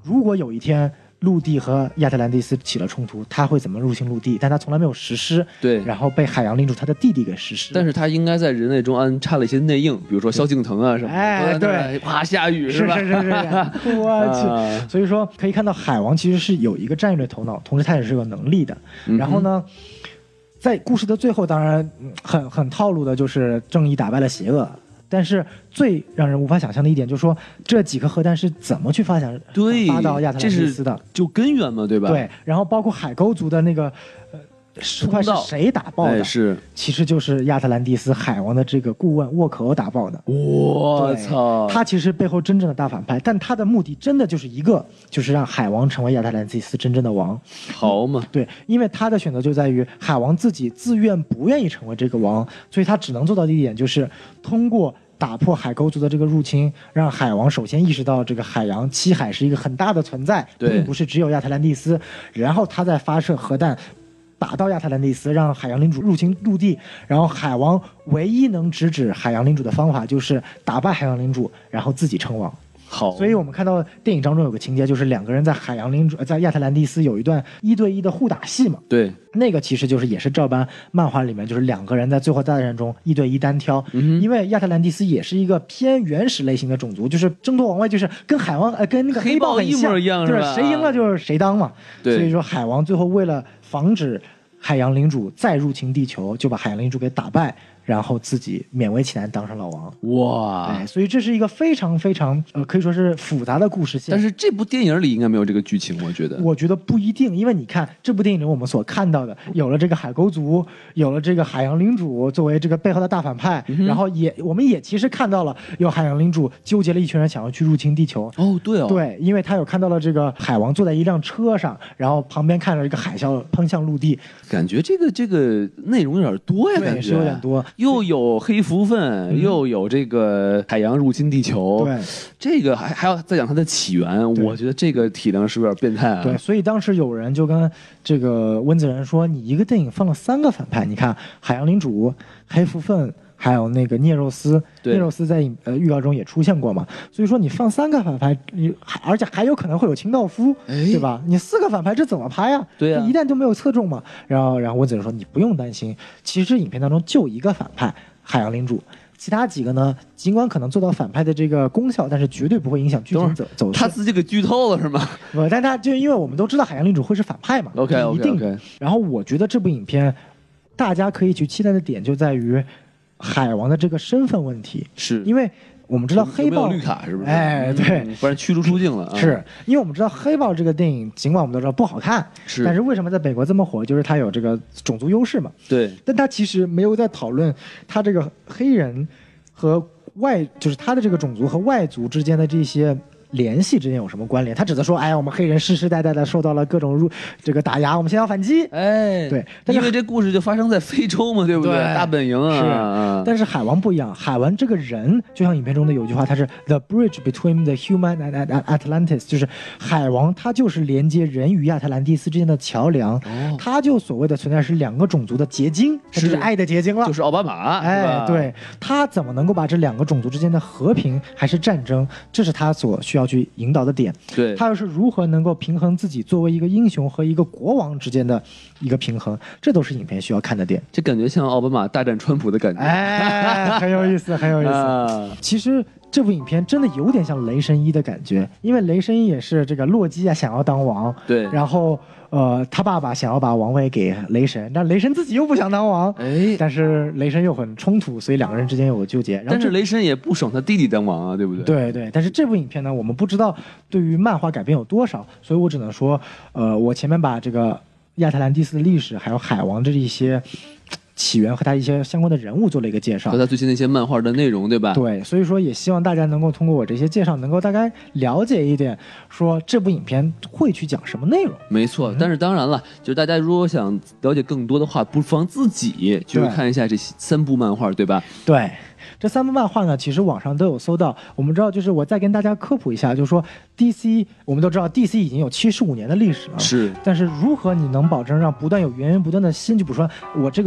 如果有一天陆地和亚特兰蒂斯起了冲突，他会怎么入侵陆地？但他从来没有实施。 对， 然后被海洋领主他的弟弟给实施。 但是他应该在人类中安插了一些内应，比如说萧敬腾啊什么的。 哎，对， 啪下雨是吧？ 是是是是，我去、啊。所以说可以看到海王其实是有一个战略头脑，同时他也是有能力的。嗯、然后呢，在故事的最后，当然很很套路的就是正义打败了邪恶。但是最让人无法想象的一点就是说，这几颗核弹是怎么去发想对发到亚特兰蒂斯的？ 就根源嘛，对吧？ 对，然后包括海沟族的那个呃石块是谁打爆的？ 哎、是， 其实就是亚特兰蒂斯海王的这个顾问沃可欧打爆的。 我操！ 他其实背后真正的大反派，但他的目的真的就是一个，就是让海王成为亚特兰蒂斯真正的王。 好嘛、嗯？ 对，因为他的选择就在于海王自己自愿不愿意成为这个王，所以他只能做到的一点就是通过打破海沟族的这个入侵，让海王首先意识到这个海洋七海是一个很大的存在，并不是只有亚特兰蒂斯，然后他再发射核弹打到亚特兰蒂斯，让海洋领主入侵陆地，然后海王唯一能直指海洋领主的方法就是打败海洋领主，然后自己称王。 好， 所以我们看到电影当中有个情节，就是两个人在海洋领主在亚特兰蒂斯有一段一对一的互打戏嘛。 对， 那个其实就是也是照搬漫画里面，就是两个人在最后大战中一对一单挑。嗯、因为亚特兰蒂斯也是一个偏原始类型的种族，就是争夺王位，就是跟海王呃跟那个黑豹很像， 一模一样，是吧？谁赢了就是谁当嘛。 对， 所以说海王最后为了防止海洋领主再入侵地球，就把海洋领主给打败，然后自己勉为其难当上老王。 哇！ 哎，所以这是一个非常非常呃，可以说是复杂的故事线。 但是这部电影里应该没有这个剧情，我觉得。 我觉得不一定，因为你看这部电影里我们所看到的，有了这个海沟族，有了这个海洋领主作为这个背后的大反派，嗯、然后也我们也其实看到了有海洋领主纠结了一群人想要去入侵地球。 哦，对哦， 对，因为他有看到了这个海王坐在一辆车上，然后旁边看着一个海啸喷向陆地， 感觉这个这个内容有点多呀，感觉是有点多， 又有黑蝠鲼、嗯，又有这个海洋入侵地球， 对， 这个还还要再讲它的起源，我觉得这个体量是不是有点变态啊？ 对，所以当时有人就跟这个温子仁说，你一个电影放了三个反派，你看海洋领主、黑蝠鲼。还有那个聂肉斯，聂肉斯在呃预告中也出现过嘛，所以说你放三个反派，你而且还有可能会有清道夫，对吧？你四个反派这怎么拍啊？ 对啊， 一旦就没有侧重嘛。然后，然后温子仁说你不用担心，其实影片当中就一个反派海洋领主，其他几个呢，尽管可能做到反派的这个功效，但是绝对不会影响剧情走走势。 他自己给剧透了是吗？ 不，但他就因为我们都知道海洋领主会是反派嘛 ，OK OK，, 一定 okay. 然后我觉得这部影片大家可以去期待的点就在于。海王的这个身份问题， 是因为我们知道黑豹有没有绿卡是不是？ 哎，对， 嗯、不然驱逐出境了。 是因为我们知道黑豹这个电影，尽管我们都知道不好看， 是， 但是为什么在美国这么火？就是它有这个种族优势嘛。 对， 但它其实没有在讨论它这个黑人和外，就是他的这个种族和外族之间的这些。联系之间有什么关联？他只是说，哎呀，我们黑人世世代代的受到了各种入这个打压，我们现在要反击。 哎， 对， 因为这故事就发生在非洲嘛，对不对？ 对大本营啊。 是，但是海王不一样，海王这个人就像影片中的有句话，他是 the bridge between the human and Atlantis， 就是海王，他就是连接人与亚特兰蒂斯之间的桥梁。哦，他就所谓的存在是两个种族的结晶， 是就是爱的结晶了， 就是奥巴马。 哎，对，他怎么能够把这两个种族之间的和平还是战争，这是他所需要去引导的点。 对， 他又是如何能够平衡自己作为一个英雄和一个国王之间的一个平衡，这都是影片需要看的点。 这感觉像奥巴马大战川普的感觉， 哎，很有意思，很有意思。啊、其实这部影片真的有点像雷神一的感觉，因为雷神一也是这个洛基啊想要当王， 对， 然后呃他爸爸想要把王位给雷神，但雷神自己又不想当王， 哎， 但是雷神又很冲突，所以两个人之间有个纠结。然后但是雷神也不爽他弟弟当王啊，对不对？ 对对，但是这部影片呢，我们不知道对于漫画改编有多少，所以我只能说，呃，我前面把这个亚特兰蒂斯的历史还有海王这一些起源和他一些相关的人物做了一个介绍， 和他最新的一些漫画的内容，对吧？ 对，所以说也希望大家能够通过我这些介绍，能够大概了解一点，说这部影片会去讲什么内容。 没错，嗯、但是当然了，就是大家如果想了解更多的话，不妨自己去看一下这三部漫画，对吧？ 对。这三部漫画呢，其实网上都有搜到。我们知道，就是我再跟大家科普一下，就是说 D C， 我们都知道 D C 已经有七十五年的历史了。 是。 但是如何你能保证让不断有源源不断的新，就比如说我这个漫画是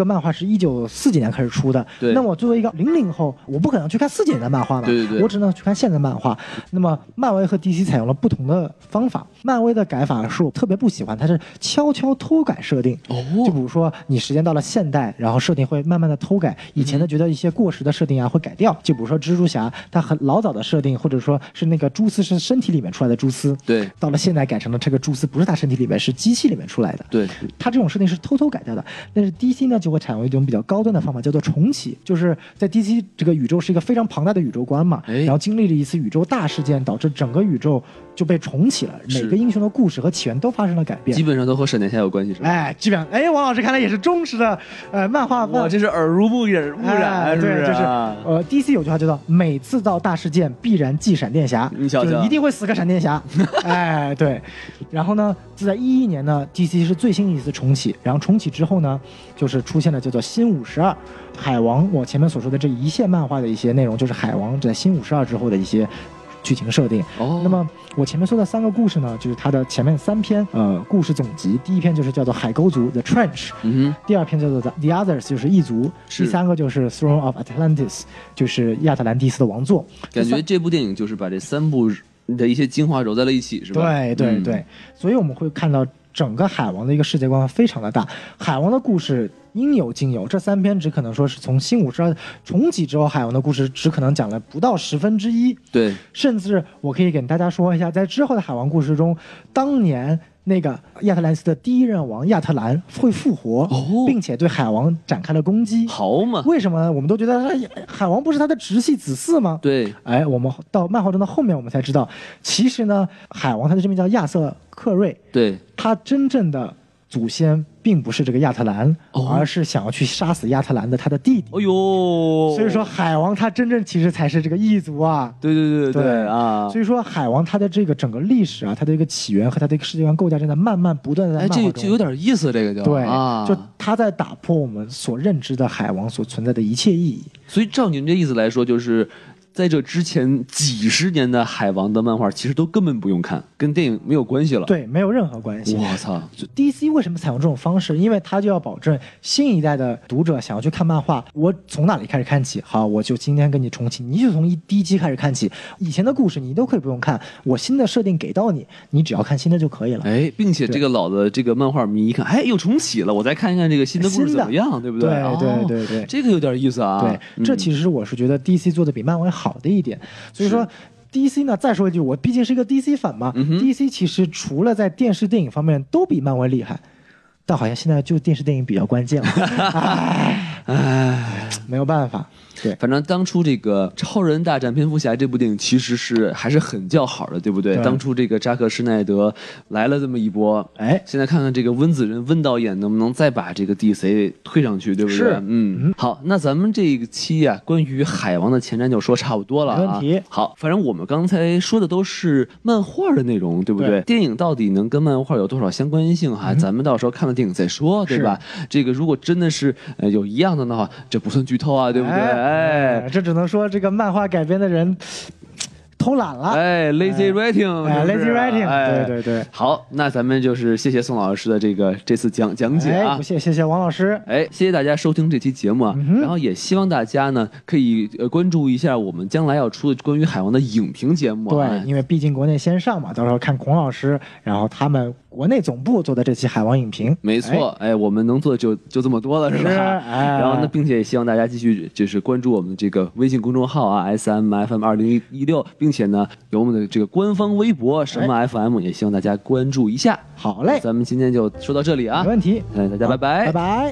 是一九四几年开始出的， 对， 那么作为一个零零后，我不可能去看四几年的漫画嘛， 对对对， 我只能去看现在漫画。那么漫威和 D C 采用了不同的方法，漫威的改法是我特别不喜欢，它是悄悄偷改设定。 哦， 就比如说你时间到了现代，然后设定会慢慢的偷改，以前的觉得一些过时的设定啊会改掉。就比如说蜘蛛侠，他很老早的设定，或者说是那个蛛丝是身体里面出来的蛛丝， 对， 到了现在改成了这个蛛丝不是他身体里面，是机器里面出来的。 对， 他这种设定是偷偷改掉的。但是 D C 呢就会采用一种比较高端的方法，叫做重启，就是在 D C 这个宇宙是一个非常庞大的宇宙观嘛，然后经历了一次宇宙大事件，导致整个宇宙就被重启了，每个英雄的故事和起源都发生了改变， 基本上都和闪电侠有关系，是吧？ 哎，基本上，哎，王老师看来也是忠实的呃漫画哇，这是耳濡目染，目染、 哎、 是不是？ 对，就是呃 D C 有句话叫做每次到大事件必然记闪电侠， 你瞧瞧， 就是一定会死个闪电侠。哎，对。然后呢，自在一一年呢 ，D C 是最新一次重启，然后重启之后呢，就是出现了叫做新五十二。海王，我前面所说的这一线漫画的一些内容，就是海王在新五十二之后的一些剧情设定。 哦， 那么我前面说的三个故事呢，就是它的前面三篇呃故事总集。第一篇就是叫做海沟族 The Trench， 嗯哼， 第二篇叫做 The Others， 就是异族，第三个就是 Throne of Atlantis， 就是亚特兰蒂斯的王座。 感觉这部电影就是把这三部的一些精华揉在了一起，是吧？ 对对对、嗯，所以我们会看到整个海王的一个世界观非常的大，海王的故事应有尽有。这三篇只可能说是从新五十二重启之后，海王的故事只可能讲了不到十分之一。 对， 甚至我可以给大家说一下，在之后的海王故事中，当年那个亚特兰蒂斯的第一任王亚特兰会复活、哦、并且对海王展开了攻击。 好嘛？ 为什么呢？我们都觉得海王不是他的直系子嗣吗？ 对， 哎，我们到漫画中的后面我们才知道，其实呢，海王他的真名叫亚瑟克瑞， 对， 他真正的祖先并不是这个亚特兰、哦、而是想要去杀死亚特兰的他的弟弟。 哎呦， 所以说海王他真正其实才是这个异族啊。 对对对对, 对啊！ 所以说海王他的这个整个历史啊，他的一个起源和他的一个世界观构架，正在慢慢不断的在漫画中。 哎，这就有点意思，这个就对啊， 就他在打破我们所认知的海王所存在的一切意义。 所以照您这意思来说，就是在这之前几十年的海王的漫画，其实都根本不用看，跟电影没有关系了。 对，没有任何关系。 我操 ！D C 为什么采用这种方式？因为他就要保证新一代的读者想要去看漫画，我从哪里开始看起？好，我就今天跟你重启，你就从一第一期开始看起，以前的故事你都可以不用看，我新的设定给到你，你只要看新的就可以了。 哎，并且这个老的这个漫画迷一看，哎，又重启了，我再看一看这个新的故事怎么样，对不对？ 对对对对， 这个有点意思啊。 对， 嗯、 这其实我是觉得 D C 做的比漫威好的一点。所以说 D C 呢，再说一句，我毕竟是一个 D C 粉嘛、嗯、D C 其实除了在电视电影方面都比漫威厉害，但好像现在就电视电影比较关键了。唉唉，没有办法。对， 反正当初这个《超人大战蝙蝠侠》这部电影其实是还是很叫好的，对不对？对，当初这个扎克施耐德来了这么一波，哎，现在看看这个温子仁温导演能不能再把这个 D C 推上去，对不对？ 是， 嗯，好，那咱们这一期啊，关于海王的前瞻就说差不多了啊。 没问题。 好，反正我们刚才说的都是漫画的内容，对不对？对，电影到底能跟漫画有多少相关性哈、啊嗯？咱们到时候看了电影再说，对吧？这个如果真的是呃有一样的的话，这不算剧透啊，对不对？哎。 哎，这只能说这个漫画改编的人偷懒了， 哎 ，lazy writing， 哎 ，lazy writing， 哎， 对对对。 好，那咱们就是谢谢宋老师的这个这次讲讲解啊， 哎、不谢谢谢王老师， 哎，谢谢大家收听这期节目啊，嗯、然后也希望大家呢可以呃关注一下我们将来要出的关于海王的影评节目、啊， 对，因为毕竟国内先上嘛，到时候看孔老师，然后他们国内总部做的这期海王影评， 没错，哎，哎我们能做的就就这么多了，是吧？ 是哎、 然后呢，并且也希望大家继续就是关注我们这个微信公众号啊 ，S M F M 二零一六，并且呢有我们的这个官方微博什么 F M，、哎、也希望大家关注一下。 好嘞， 咱们今天就说到这里啊， 没问题， 嗯，大家拜拜， 拜拜。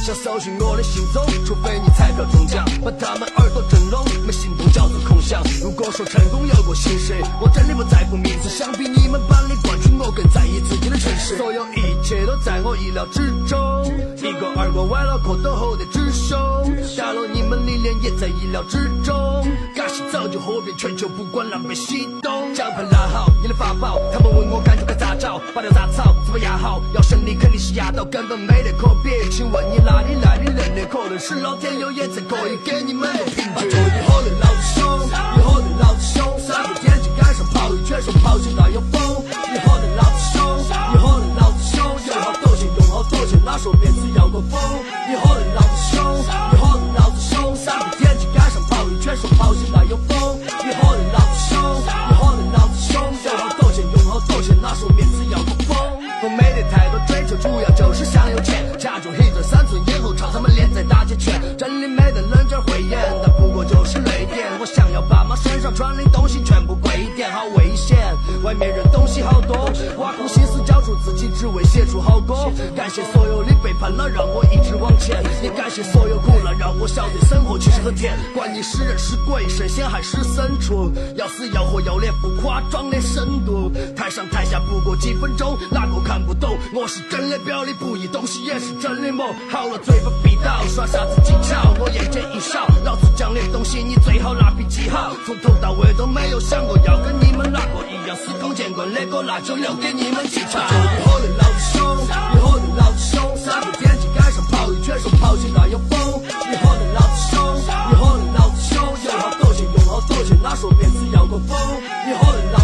想搜寻我的行踪，除非你彩票中奖，把他们耳朵震聋。没行动叫做空想。如果说成功有过心事，我真的不在乎名字。相比你们班里冠军，我更在意自己的城市。所有一切都在我意料之中。一个二个歪了口斗后的智兄，大佬你们历练也在意料之中。尬戏早就火遍全球，不管南北西东。奖牌拿好，你的法宝，他们问我感觉该咋着？拔掉杂草，怎么压好？要胜利肯定是压倒，根本没得可比。请问你哪里来的能力？可能是老天有眼才可以给你们个凭据。以后的老子凶，以后的老子凶，三个天气赶上跑一圈，手跑起来有风。以后的老子凶，以后的老子凶，有好多钱，用好多钱，哪说面子要过风？以后的老子凶，以后的老子凶，三个天气赶上跑一圈，手跑起来有风。以后的老子凶，以后的老子凶，有好多钱，用好多钱，哪说面子要过风？我没得太多追求，主要就是想有钱，夹住黑着三寸烟后朝他们脸在大街圈，真理没得人家会演，但不过就是泪点。我想要把妈身上穿的东西全部跪点，好危险，外面人东西好多，挖空心思交出自己，只为写出好歌。感谢所有的背叛了，让我一直往前，也感谢所有苦难，让我晓得生活其实很甜。管你是人是鬼，神仙还是牲畜，要死要活要脸浮夸装的深度。台上台下不过几分钟，哪个看不懂？我是真的表里不一，东西也是真的猛。好了，嘴巴闭到，耍啥子技巧？我眼见一笑，老子讲的东西你最好拿笔记好。从头到尾都没有想过要跟你们那个一样司空见惯的歌，那就留给你们去唱。以后的老子凶，以后的老子凶，三个天气赶上跑一圈，手跑起来有风。以后的老子凶，以后的老子凶，有好多钱，用好多钱，哪说面子要过风？以后的